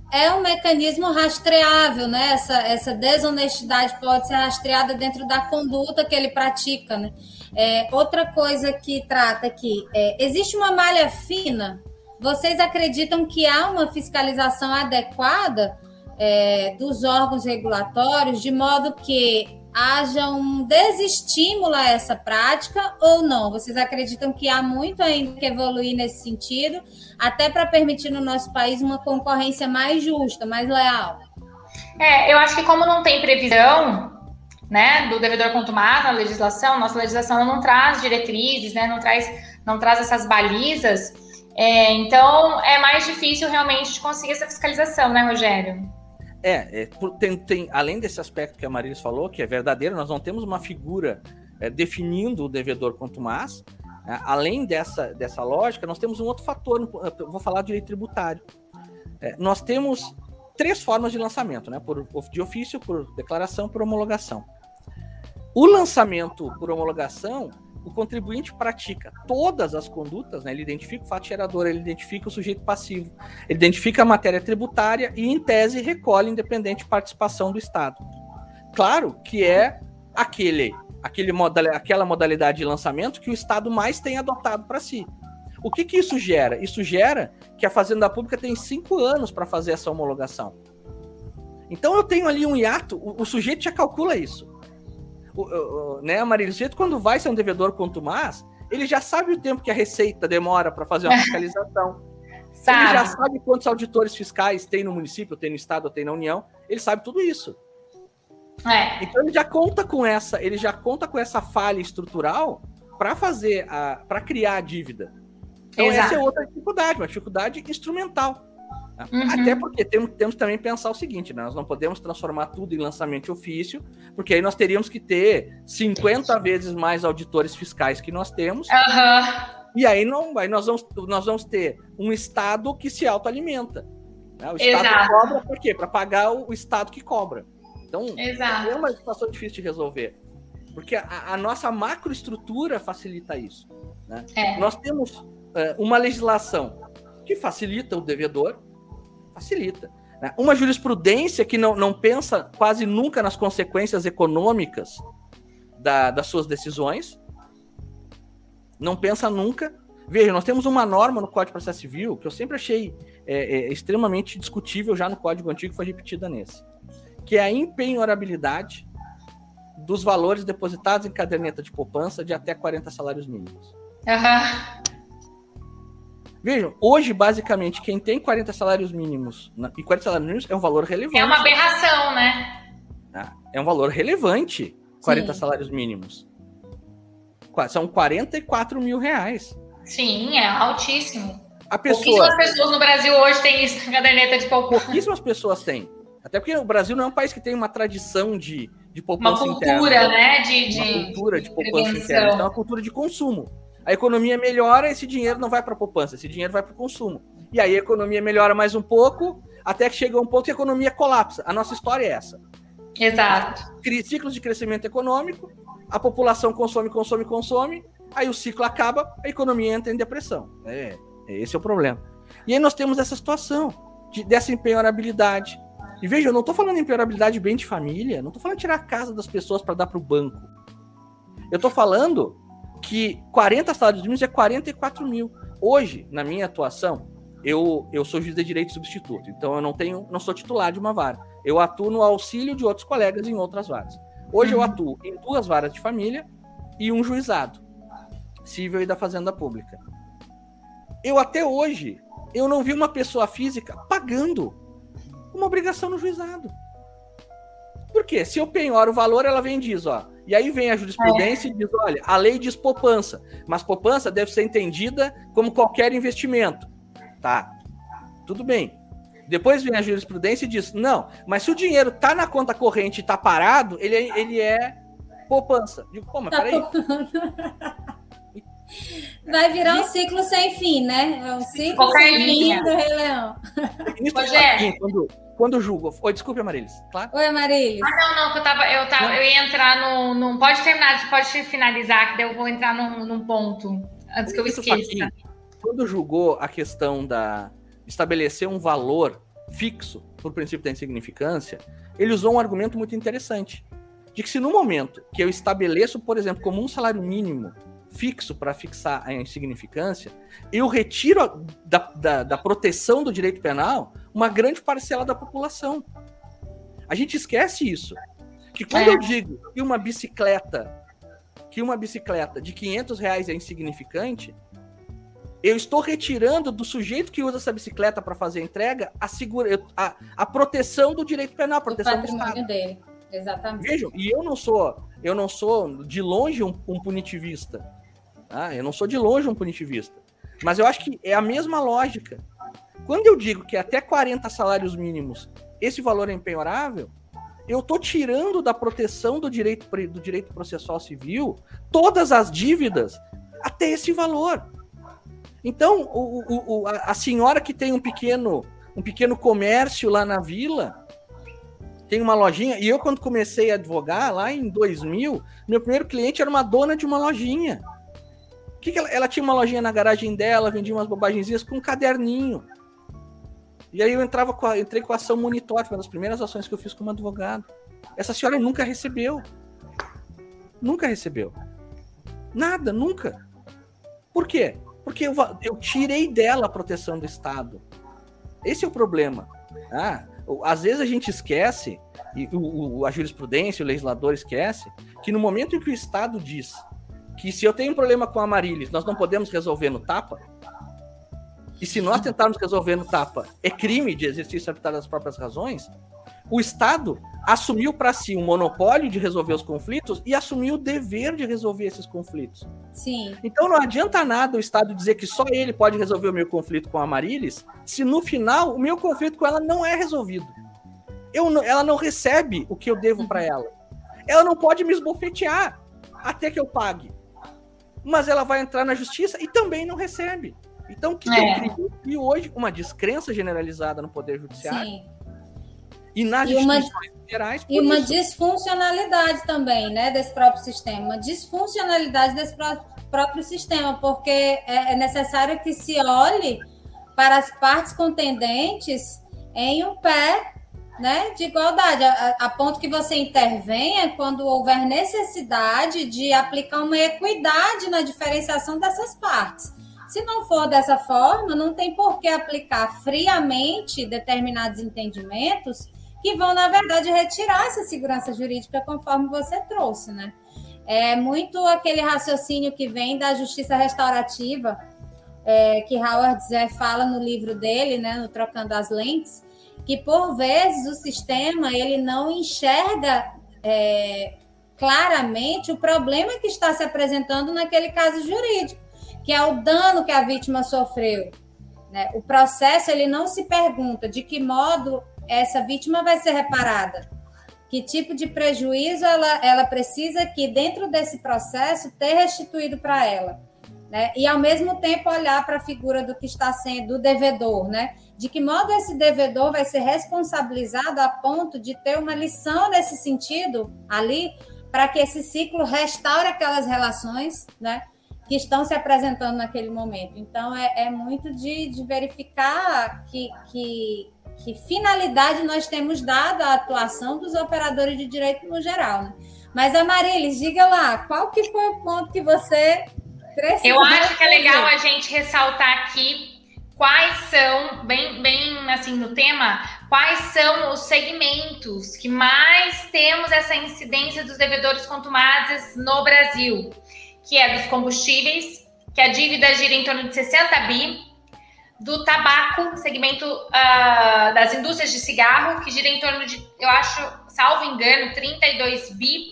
Speaker 1: é um mecanismo rastreável, né? Essa, essa desonestidade pode ser rastreada dentro da conduta que ele pratica, né? É, outra coisa que trata aqui, é, existe uma malha fina? Vocês acreditam que há uma fiscalização adequada é, dos órgãos regulatórios, de modo que haja um desestímulo a essa prática ou não? Vocês acreditam que há muito ainda que evoluir nesse sentido, até para permitir no nosso país uma concorrência mais justa, mais leal?
Speaker 2: É, eu acho que como não tem previsão, né, do devedor contumaz na legislação, nossa legislação não traz diretrizes, né, não traz, não traz essas balizas, é, então é mais difícil realmente de conseguir essa fiscalização, né, Rogério?
Speaker 3: É, é tem, tem, além desse aspecto que a Marilis falou, que é verdadeiro, nós não temos uma figura é, definindo o devedor contumaz. É, além dessa, dessa lógica, nós temos um outro fator, eu vou falar do direito tributário. É, nós temos três formas de lançamento, né, por, de ofício, por declaração, por homologação. O lançamento por homologação, o contribuinte pratica todas as condutas, né? Ele identifica o fato gerador, ele identifica o sujeito passivo, ele identifica a matéria tributária e, em tese, recolhe independente participação do Estado. Claro que é aquele, aquele modal, aquela modalidade de lançamento que o Estado mais tem adotado para si. O que, que isso gera? Isso gera que a Fazenda Pública tem cinco anos para fazer essa homologação. Então eu tenho ali um hiato, o, o sujeito já calcula isso. O, o, né, Marília, o sujeito quando vai ser um devedor contumaz, ele já sabe o tempo que a Receita demora para fazer uma fiscalização. Sabe. Ele já sabe quantos auditores fiscais tem no município, tem no estado, tem na União. Ele sabe tudo isso. É. Então ele já conta com essa, ele já conta com essa falha estrutural para fazer a, para criar a dívida. Então Exato. Essa é outra dificuldade, uma dificuldade instrumental. Uhum. Até porque temos, temos também que pensar o seguinte, né? Nós não podemos transformar tudo em lançamento de ofício, porque aí nós teríamos que ter cinquenta vezes mais auditores fiscais que nós temos. Uhum. E aí, não, aí nós, vamos, nós vamos ter um Estado que se autoalimenta. Né? O Estado Exato. Cobra para quê? Para pagar o, o Estado que cobra. Então, Exato. É uma situação difícil de resolver. Porque a, a nossa macroestrutura facilita isso. Né? É. Nós temos uh, uma legislação que facilita o devedor, facilita. Né? Uma jurisprudência que não, não pensa quase nunca nas consequências econômicas da, das suas decisões. Não pensa nunca. Veja, nós temos uma norma no Código de Processo Civil que eu sempre achei é, é, extremamente discutível já no Código Antigo, foi repetida nesse, que é a impenhorabilidade dos valores depositados em caderneta de poupança de até quarenta salários mínimos. Uhum. Vejam, hoje, basicamente, quem tem quarenta salários mínimos, e quarenta salários mínimos é um valor relevante.
Speaker 2: É uma aberração, né?
Speaker 3: É um valor relevante, quarenta Sim. salários mínimos. São quarenta e quatro mil reais.
Speaker 2: Sim, é altíssimo.
Speaker 3: A pessoa...
Speaker 2: Pouquíssimas pessoas no Brasil hoje têm isso na caderneta de poupança.
Speaker 3: Pouquíssimas pessoas têm. Até porque o Brasil não é um país que tem uma tradição de, de poupança
Speaker 2: interna. Uma cultura,
Speaker 3: interna,
Speaker 2: né? De, de,
Speaker 3: uma cultura de, de poupança
Speaker 2: prevenção.
Speaker 3: interna. Então é uma cultura de consumo. A economia melhora, esse dinheiro não vai para a poupança, esse dinheiro vai para o consumo. E aí a economia melhora mais um pouco, até que chega um ponto que a economia colapsa. A nossa história é essa.
Speaker 2: Exato.
Speaker 3: Ciclos de crescimento econômico, a população consome, consome, consome, aí o ciclo acaba, a economia entra em depressão. É, esse é o problema. E aí nós temos essa situação de, dessa empenhorabilidade. E veja, eu não estou falando em empenhorabilidade de bem de família, não estou falando de tirar a casa das pessoas para dar para o banco. Eu estou falando que quarenta salários mínimos é quarenta e quatro mil. Hoje, na minha atuação, eu, eu sou juiz de direito substituto, então eu não tenho, não sou titular de uma vara. Eu atuo no auxílio de outros colegas em outras varas. Hoje uhum. eu atuo em duas varas de família e um juizado civil e da Fazenda Pública. Eu até hoje, eu não vi uma pessoa física pagando uma obrigação no juizado. Por quê? Se eu penhoro o valor, ela vem e diz, ó, e aí vem a jurisprudência é. e diz, olha, a lei diz poupança, mas poupança deve ser entendida como qualquer investimento. Tá, tudo bem. Depois vem a jurisprudência e diz, não, mas se o dinheiro tá na conta corrente e tá parado, ele é, ele é poupança. Digo, pô, mas tá peraí.
Speaker 1: Vai virar um ciclo sem fim, né? É um ciclo sem fim do Rei Leão.
Speaker 3: Rogério, quando, quando julgo... Oi, desculpe, Amarilis. Claro?
Speaker 1: Oi, Amarilis.
Speaker 2: Ah, não, não, que eu, tava, eu, tava, eu ia entrar no, no... Pode terminar, pode finalizar, que daí eu vou entrar num, num ponto, antes que eu esqueça.
Speaker 3: Quando julgou a questão da... estabelecer um valor fixo por princípio da insignificância, ele usou um argumento muito interessante, de que se no momento que eu estabeleço, por exemplo, como um salário mínimo fixo para fixar a insignificância, eu retiro da, da, da proteção do direito penal uma grande parcela da população. A gente esquece isso. Que quando é. eu digo que uma bicicleta, que uma bicicleta de quinhentos reais é insignificante, eu estou retirando do sujeito que usa essa bicicleta para fazer a entrega a, segura, a, a proteção do direito penal, a proteção
Speaker 1: do patrimônio
Speaker 3: do Estado.
Speaker 1: dele. Exatamente.
Speaker 3: Vejam, e eu não sou, eu não sou de longe um, um punitivista. Tá? Eu não sou de longe um punitivista. Mas eu acho que é a mesma lógica. Quando eu digo que até quarenta salários mínimos esse valor é empenhorável, eu estou tirando da proteção do direito, do direito processual civil todas as dívidas até esse valor. Então, o, o, a senhora que tem um pequeno, um pequeno comércio lá na vila, tem uma lojinha, e eu quando comecei a advogar, lá em dois mil, meu primeiro cliente era uma dona de uma lojinha. Que que ela, ela tinha uma lojinha na garagem dela, vendia umas bobagenzinhas com um caderninho. E aí eu entrava com a, entrei com a ação monitor, foi uma das primeiras ações que eu fiz como advogado. Essa senhora nunca recebeu. Nunca recebeu. Nada, nunca. Por quê? Porque eu, eu tirei dela a proteção do Estado. Esse é o problema. Ah, às vezes a gente esquece, e o, o, a jurisprudência, o legislador esquece, que no momento em que o Estado diz que se eu tenho um problema com a Amarilis, nós não podemos resolver no tapa, e se nós tentarmos resolver no tapa, é crime de exercício arbitrário das próprias razões, o Estado assumiu para si um monopólio de resolver os conflitos e assumiu o dever de resolver esses conflitos.
Speaker 1: Sim.
Speaker 3: Então não adianta nada o Estado dizer que só ele pode resolver o meu conflito com a Amarilis, se no final o meu conflito com ela não é resolvido. Eu não, ela não recebe o que eu devo para ela. Ela não pode me esbofetear até que eu pague. Mas ela vai entrar na justiça e também não recebe. Então, o que é. eu crio hoje? Uma descrença generalizada no Poder Judiciário.
Speaker 1: Sim.
Speaker 3: E nas
Speaker 1: e uma,
Speaker 3: instituições gerais.
Speaker 1: E uma
Speaker 3: isso.
Speaker 1: disfuncionalidade também, né, desse próprio sistema. Uma disfuncionalidade desse pró- próprio sistema, porque é, é necessário que se olhe para as partes contendentes em um pé, né, de igualdade, a, a ponto que você intervenha quando houver necessidade de aplicar uma equidade na diferenciação dessas partes. Se não for dessa forma, não tem por que aplicar friamente determinados entendimentos que vão, na verdade, retirar essa segurança jurídica conforme você trouxe, né? É muito aquele raciocínio que vem da justiça restaurativa, é, que Howard Zé fala no livro dele, né, no Trocando as Lentes, que, por vezes, o sistema ele não enxerga é, claramente o problema que está se apresentando naquele caso jurídico, que é o dano que a vítima sofreu. Né? O processo ele não se pergunta de que modo essa vítima vai ser reparada, que tipo de prejuízo ela, ela precisa que, dentro desse processo, ter restituído para ela. Né? E, ao mesmo tempo, olhar para a figura do que está sendo do devedor, né? De que modo esse devedor vai ser responsabilizado a ponto de ter uma lição nesse sentido ali, para que esse ciclo restaure aquelas relações, né, que estão se apresentando naquele momento. Então, é, é muito de, de verificar que, que, que finalidade nós temos dado à atuação dos operadores de direito no geral. Né? Mas, Amarilis, diga lá, qual que foi o ponto que você precisa?
Speaker 2: Eu acho que é legal a gente ressaltar aqui quais são, bem, bem assim, no tema, quais são os segmentos que mais temos essa incidência dos devedores contumazes no Brasil, que é dos combustíveis, que a dívida gira em torno de sessenta bi, do tabaco, segmento uh, das indústrias de cigarro, que gira em torno de, eu acho, salvo engano, trinta e dois bi,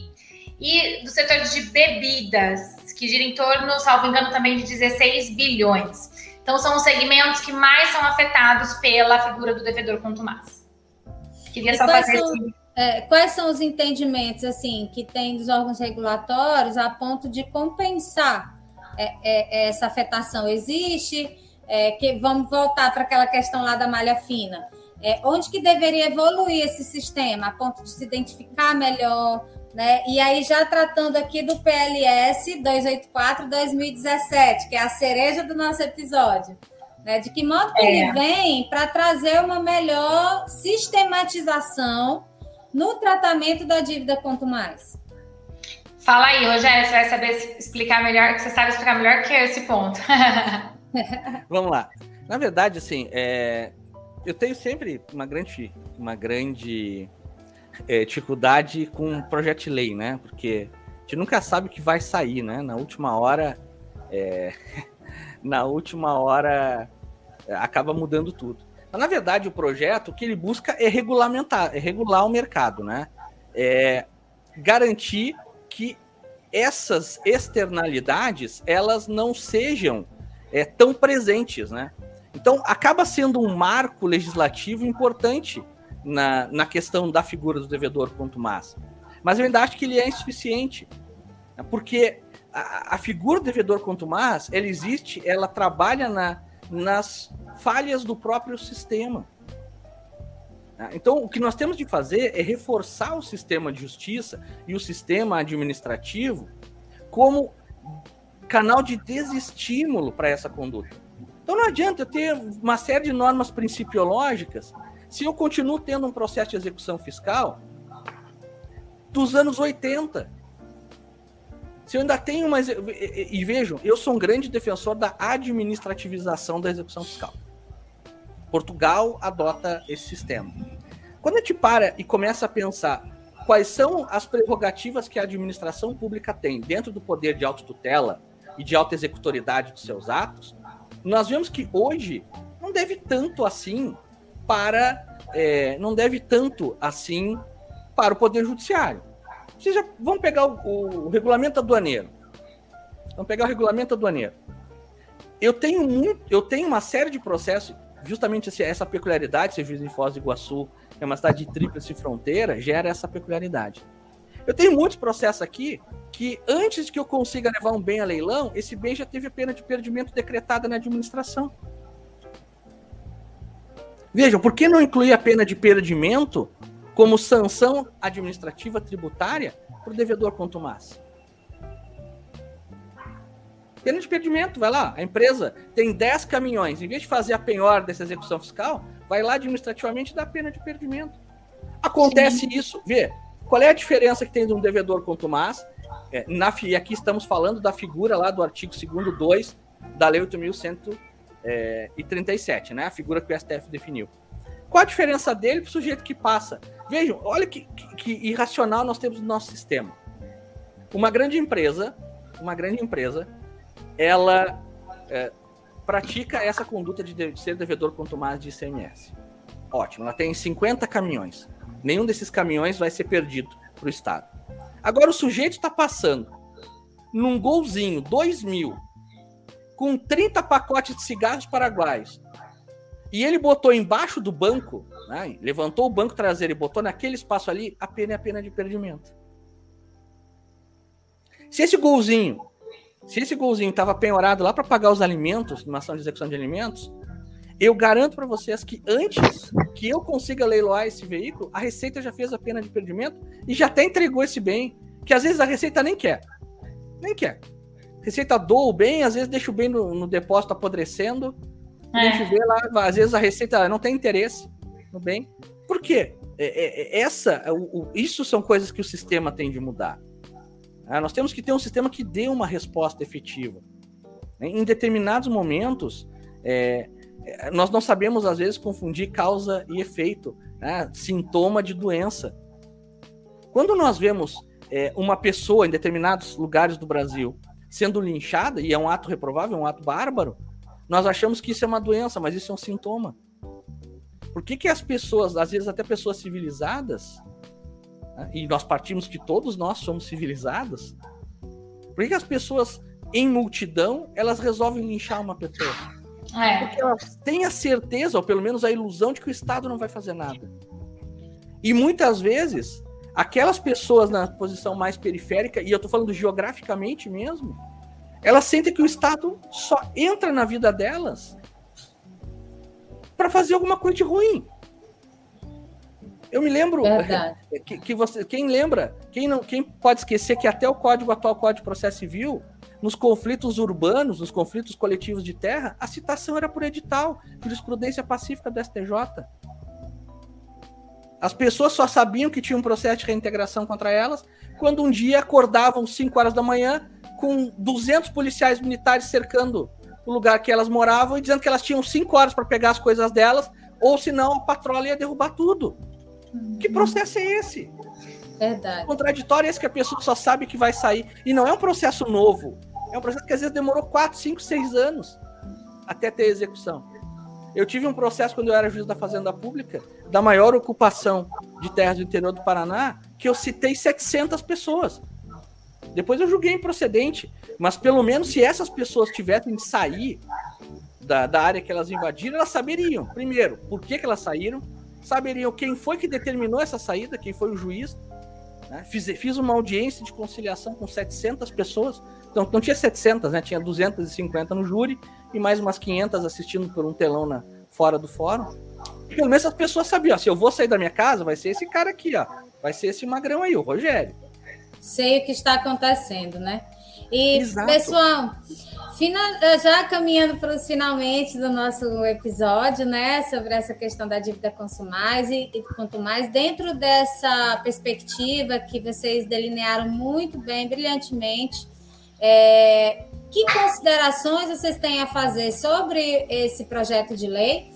Speaker 2: e do setor de bebidas, que gira em torno, salvo engano, também de dezesseis bilhões. Então, são os segmentos que mais são afetados pela figura do devedor contumaz. Queria
Speaker 1: e
Speaker 2: só fazer
Speaker 1: são,
Speaker 2: assim.
Speaker 1: É, quais são os entendimentos assim que tem dos órgãos regulatórios a ponto de compensar é, é, essa afetação? Existe? É, que, vamos voltar para aquela questão lá da malha fina. É, onde que deveria evoluir esse sistema a ponto de se identificar melhor? Né? E aí, já tratando aqui do P L S duzentos e oitenta e quatro de dois mil e dezessete, que é a cereja do nosso episódio. Né? De que modo que é. ele vem para trazer uma melhor sistematização no tratamento da dívida quanto mais?
Speaker 2: Fala aí, Rogério, você vai saber explicar melhor, que você sabe explicar melhor que esse ponto.
Speaker 3: Vamos lá. Na verdade, assim, é... eu tenho sempre uma grande, uma grande é, dificuldade com projeto de lei, né? Porque a gente nunca sabe o que vai sair, né? Na última hora, é... na última hora é, acaba mudando tudo. Mas, na verdade, o projeto, o que ele busca é regulamentar, é regular o mercado, né? É garantir que essas externalidades, elas não sejam é, tão presentes, né? Então, acaba sendo um marco legislativo importante na, na questão da figura do devedor contumaz. Mas eu ainda acho que ele é insuficiente, porque a, a figura do devedor contumaz, ela existe, ela trabalha na, nas falhas do próprio sistema. Então, o que nós temos de fazer é reforçar o sistema de justiça e o sistema administrativo como canal de desestímulo para essa conduta. Então, não adianta eu ter uma série de normas principiológicas se eu continuo tendo um processo de execução fiscal dos anos oitenta. Se eu ainda tenho uma... E vejam, eu sou um grande defensor da administrativização da execução fiscal. Portugal adota esse sistema. Quando a gente para e começa a pensar quais são as prerrogativas que a administração pública tem dentro do poder de autotutela e de autoexecutoridade dos seus atos, nós vemos que hoje não deve tanto assim para é, não deve tanto assim para o Poder Judiciário. Vocês já vão pegar o, o, o regulamento aduaneiro. Vamos pegar o regulamento aduaneiro. Eu tenho muito, eu tenho uma série de processos. Justamente essa peculiaridade, ser juiz em Foz do Iguaçu, é uma cidade de tríplice fronteira, gera essa peculiaridade. Eu tenho muitos processos aqui que, antes que eu consiga levar um bem a leilão, esse bem já teve a pena de perdimento decretada na administração. Vejam, por que não incluir a pena de perdimento como sanção administrativa tributária para o devedor contumaz? Pena de perdimento, vai lá, a empresa tem dez caminhões, em vez de fazer a penhora dessa execução fiscal, vai lá administrativamente e dá pena de perdimento. Acontece Sim. isso, vê, qual é a diferença que tem de um devedor contumaz, é, na, e aqui estamos falando da figura lá do artigo segundo dois da Lei oito mil cento e trinta e sete, né, a figura que o S T F definiu. Qual a diferença dele para o sujeito que passa? Vejam, olha que, que, que irracional nós temos no nosso sistema. Uma grande empresa, uma grande empresa, ela é, pratica essa conduta de, de ser devedor contumaz de I C M S. Ótimo, ela tem cinquenta caminhões. Nenhum desses caminhões vai ser perdido para o Estado. Agora o sujeito está passando num golzinho, dois mil, com trinta pacotes de cigarros paraguaios, e ele botou embaixo do banco, né, levantou o banco traseiro e botou naquele espaço ali, a pena é a pena de perdimento. Se esse golzinho Se esse golzinho estava penhorado lá para pagar os alimentos, numa ação de execução de alimentos, eu garanto para vocês que antes que eu consiga leiloar esse veículo, a Receita já fez a pena de perdimento e já até entregou esse bem, que às vezes a Receita nem quer. Nem quer. A Receita doa o bem, às vezes deixa o bem no, no depósito apodrecendo, é. A gente vê lá, às vezes a Receita não tem interesse no bem. Por quê? É, é, essa, o, o, isso são coisas que o sistema tem de mudar. Ah, nós temos que ter um sistema que dê uma resposta efetiva. Em determinados momentos, é, nós não sabemos, às vezes, confundir causa e efeito, né? Sintoma de doença. Quando nós vemos é, uma pessoa em determinados lugares do Brasil sendo linchada, e é um ato reprovável, é um ato bárbaro, nós achamos que isso é uma doença, mas isso é um sintoma. Por que que as pessoas, às vezes até pessoas civilizadas, e nós partimos que todos nós somos civilizados, por que, que as pessoas em multidão elas resolvem linchar uma pessoa? É. Porque elas têm a certeza, ou pelo menos a ilusão, de que o Estado não vai fazer nada. E muitas vezes aquelas pessoas na posição mais periférica, e eu estou falando geograficamente mesmo, elas sentem que o Estado só entra na vida delas para fazer alguma coisa de ruim. Eu me lembro que, que você, quem lembra, quem não, quem pode esquecer que até o Código atual, Código de Processo Civil, nos conflitos urbanos, nos conflitos coletivos de terra, a citação era por edital, jurisprudência pacífica do S T J. As pessoas só sabiam que tinha um processo de reintegração contra elas quando um dia acordavam cinco horas da manhã com duzentos policiais militares cercando o lugar que elas moravam e dizendo que elas tinham cinco horas para pegar as coisas delas, ou senão a patroa ia derrubar tudo. Uhum. Que processo é esse?
Speaker 1: Verdade.
Speaker 3: O contraditório é esse que a pessoa só sabe que vai sair. E não é um processo novo. É um processo que às vezes demorou quatro, cinco, seis anos até ter execução. Eu tive um processo quando eu era juiz da Fazenda Pública, da maior ocupação de terras do interior do Paraná, que eu citei setecentas pessoas. Depois eu julguei improcedente, mas pelo menos se essas pessoas tivessem de sair da, da área que elas invadiram, elas saberiam, primeiro, por que, que elas saíram, saberiam quem foi que determinou essa saída, quem foi o juiz. Né? Fiz, fiz uma audiência de conciliação com setecentas pessoas, então não tinha setecentas, né? Tinha duzentas e cinquenta no júri e mais umas quinhentas assistindo por um telão na, fora do fórum. Pelo menos as pessoas sabiam, ó, se eu vou sair da minha casa, vai ser esse cara aqui, ó, vai ser esse magrão aí, o Rogério.
Speaker 1: Sei o que está acontecendo, né? E,
Speaker 3: Exato.
Speaker 1: Pessoal, final, já caminhando para os finalmente do nosso episódio, né, sobre essa questão da dívida consumais e, e quanto mais, dentro dessa perspectiva que vocês delinearam muito bem, brilhantemente, é, que considerações vocês têm a fazer sobre esse projeto de lei?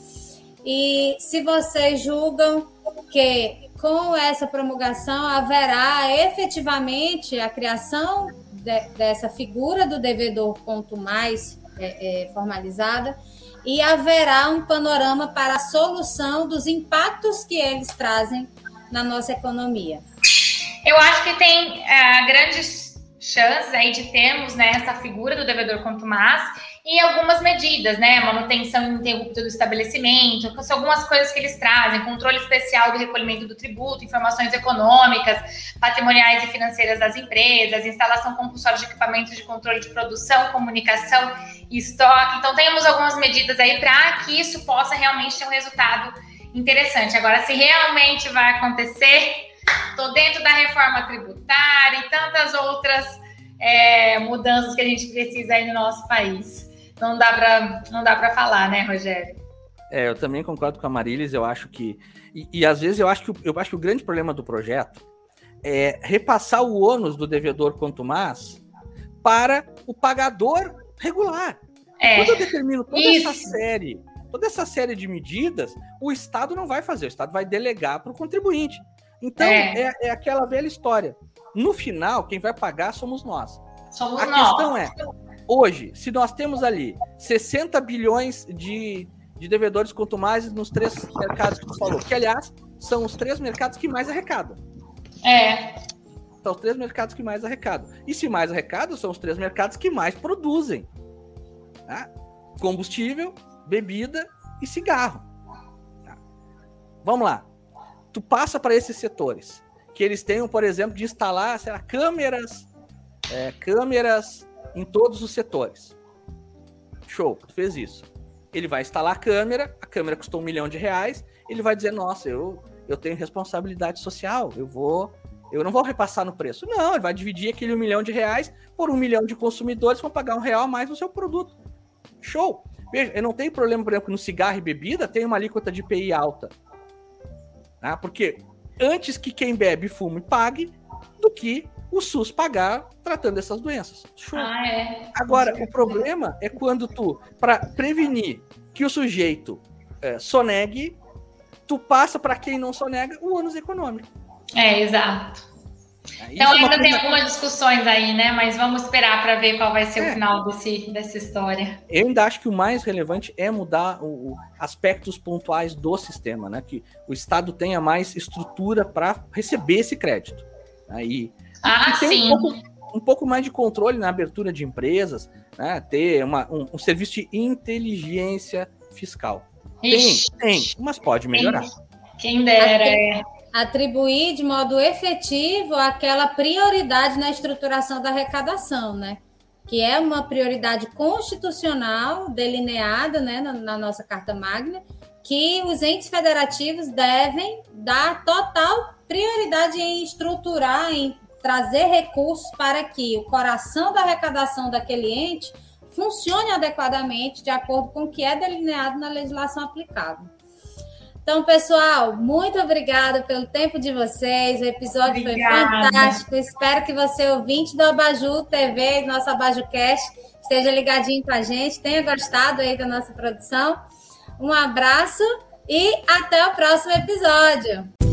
Speaker 1: E se vocês julgam que com essa promulgação haverá efetivamente a criação de, dessa figura do devedor quanto mais é, é, formalizada e haverá um panorama para a solução dos impactos que eles trazem na nossa economia?
Speaker 2: Eu acho que tem uh, grandes chances aí de termos, né, essa figura do devedor contumaz e algumas medidas, né, manutenção ininterrupta do estabelecimento, são algumas coisas que eles trazem, controle especial do recolhimento do tributo, informações econômicas, patrimoniais e financeiras das empresas, instalação compulsória de equipamentos de controle de produção, comunicação e estoque. Então, temos algumas medidas aí para que isso possa realmente ter um resultado interessante. Agora, se realmente vai acontecer, estou dentro da reforma tributária e tantas outras é, mudanças que a gente precisa aí no nosso país. Não dá para não dá para falar, né, Rogério?
Speaker 3: É, eu também concordo com a Marilis, eu acho que... E, e às vezes eu acho, que, eu acho que o grande problema do projeto é repassar o ônus do devedor contumaz para o pagador regular.
Speaker 2: É,
Speaker 3: Quando eu determino toda
Speaker 2: isso.
Speaker 3: essa série, toda essa série de medidas, o Estado não vai fazer, o Estado vai delegar para o contribuinte. Então, é. É, é aquela velha história. No final, quem vai pagar somos nós.
Speaker 2: Somos
Speaker 3: a
Speaker 2: nós.
Speaker 3: questão é, hoje, se nós temos ali sessenta bilhões de, de devedores contumazes nos três mercados que tu falou, que, aliás, são os três mercados que mais arrecadam.
Speaker 2: É.
Speaker 3: São os três mercados que mais arrecadam. E se mais arrecadam, são os três mercados que mais produzem. Tá? Combustível, bebida e cigarro. Tá? Vamos lá. Tu passa para esses setores, que eles tenham, por exemplo, de instalar, sei lá, câmeras, é, câmeras em todos os setores. Show, tu fez isso. Ele vai instalar a câmera, a câmera custou um milhão de reais, ele vai dizer, nossa, eu, eu tenho responsabilidade social, eu vou, eu não vou repassar no preço. Não, ele vai dividir aquele um milhão de reais por um milhão de consumidores que vão pagar um real a mais no seu produto. Show. Veja, eu não tenho problema, por exemplo, no cigarro e bebida, tem uma alíquota de I P I alta. Ah, porque antes que quem bebe, fume, pague, do que o SUS pagar tratando essas doenças. Show.
Speaker 2: Ah, é.
Speaker 3: Agora, o problema é quando tu, para prevenir que o sujeito é, sonegue, tu passa para quem não sonega o ônus econômico.
Speaker 2: É, exato. Então ainda tem algumas discussões aí, né? Mas vamos esperar para ver qual vai ser é. o final desse, dessa história.
Speaker 3: Eu ainda acho que o mais relevante é mudar o, o aspectos pontuais do sistema, né? Que o Estado tenha mais estrutura para receber esse crédito. Aí,
Speaker 2: ah,
Speaker 3: tem
Speaker 2: sim.
Speaker 3: Um pouco, um pouco mais de controle na abertura de empresas, né? Ter uma, um, um serviço de inteligência fiscal.
Speaker 2: Ixi.
Speaker 3: Tem, tem, mas pode melhorar.
Speaker 2: Quem dera, é.
Speaker 1: Atribuir de modo efetivo aquela prioridade na estruturação da arrecadação, né? Que é uma prioridade constitucional delineada, né, na, na nossa Carta Magna, que os entes federativos devem dar total prioridade em estruturar, em trazer recursos para que o coração da arrecadação daquele ente funcione adequadamente de acordo com o que é delineado na legislação aplicável. Então, pessoal, muito obrigada pelo tempo de vocês. O episódio obrigada. Foi fantástico. Espero que você, ouvinte do Abaju T V, nosso AbajuCast, esteja ligadinho com a gente, tenha gostado aí da nossa produção. Um abraço e até o próximo episódio.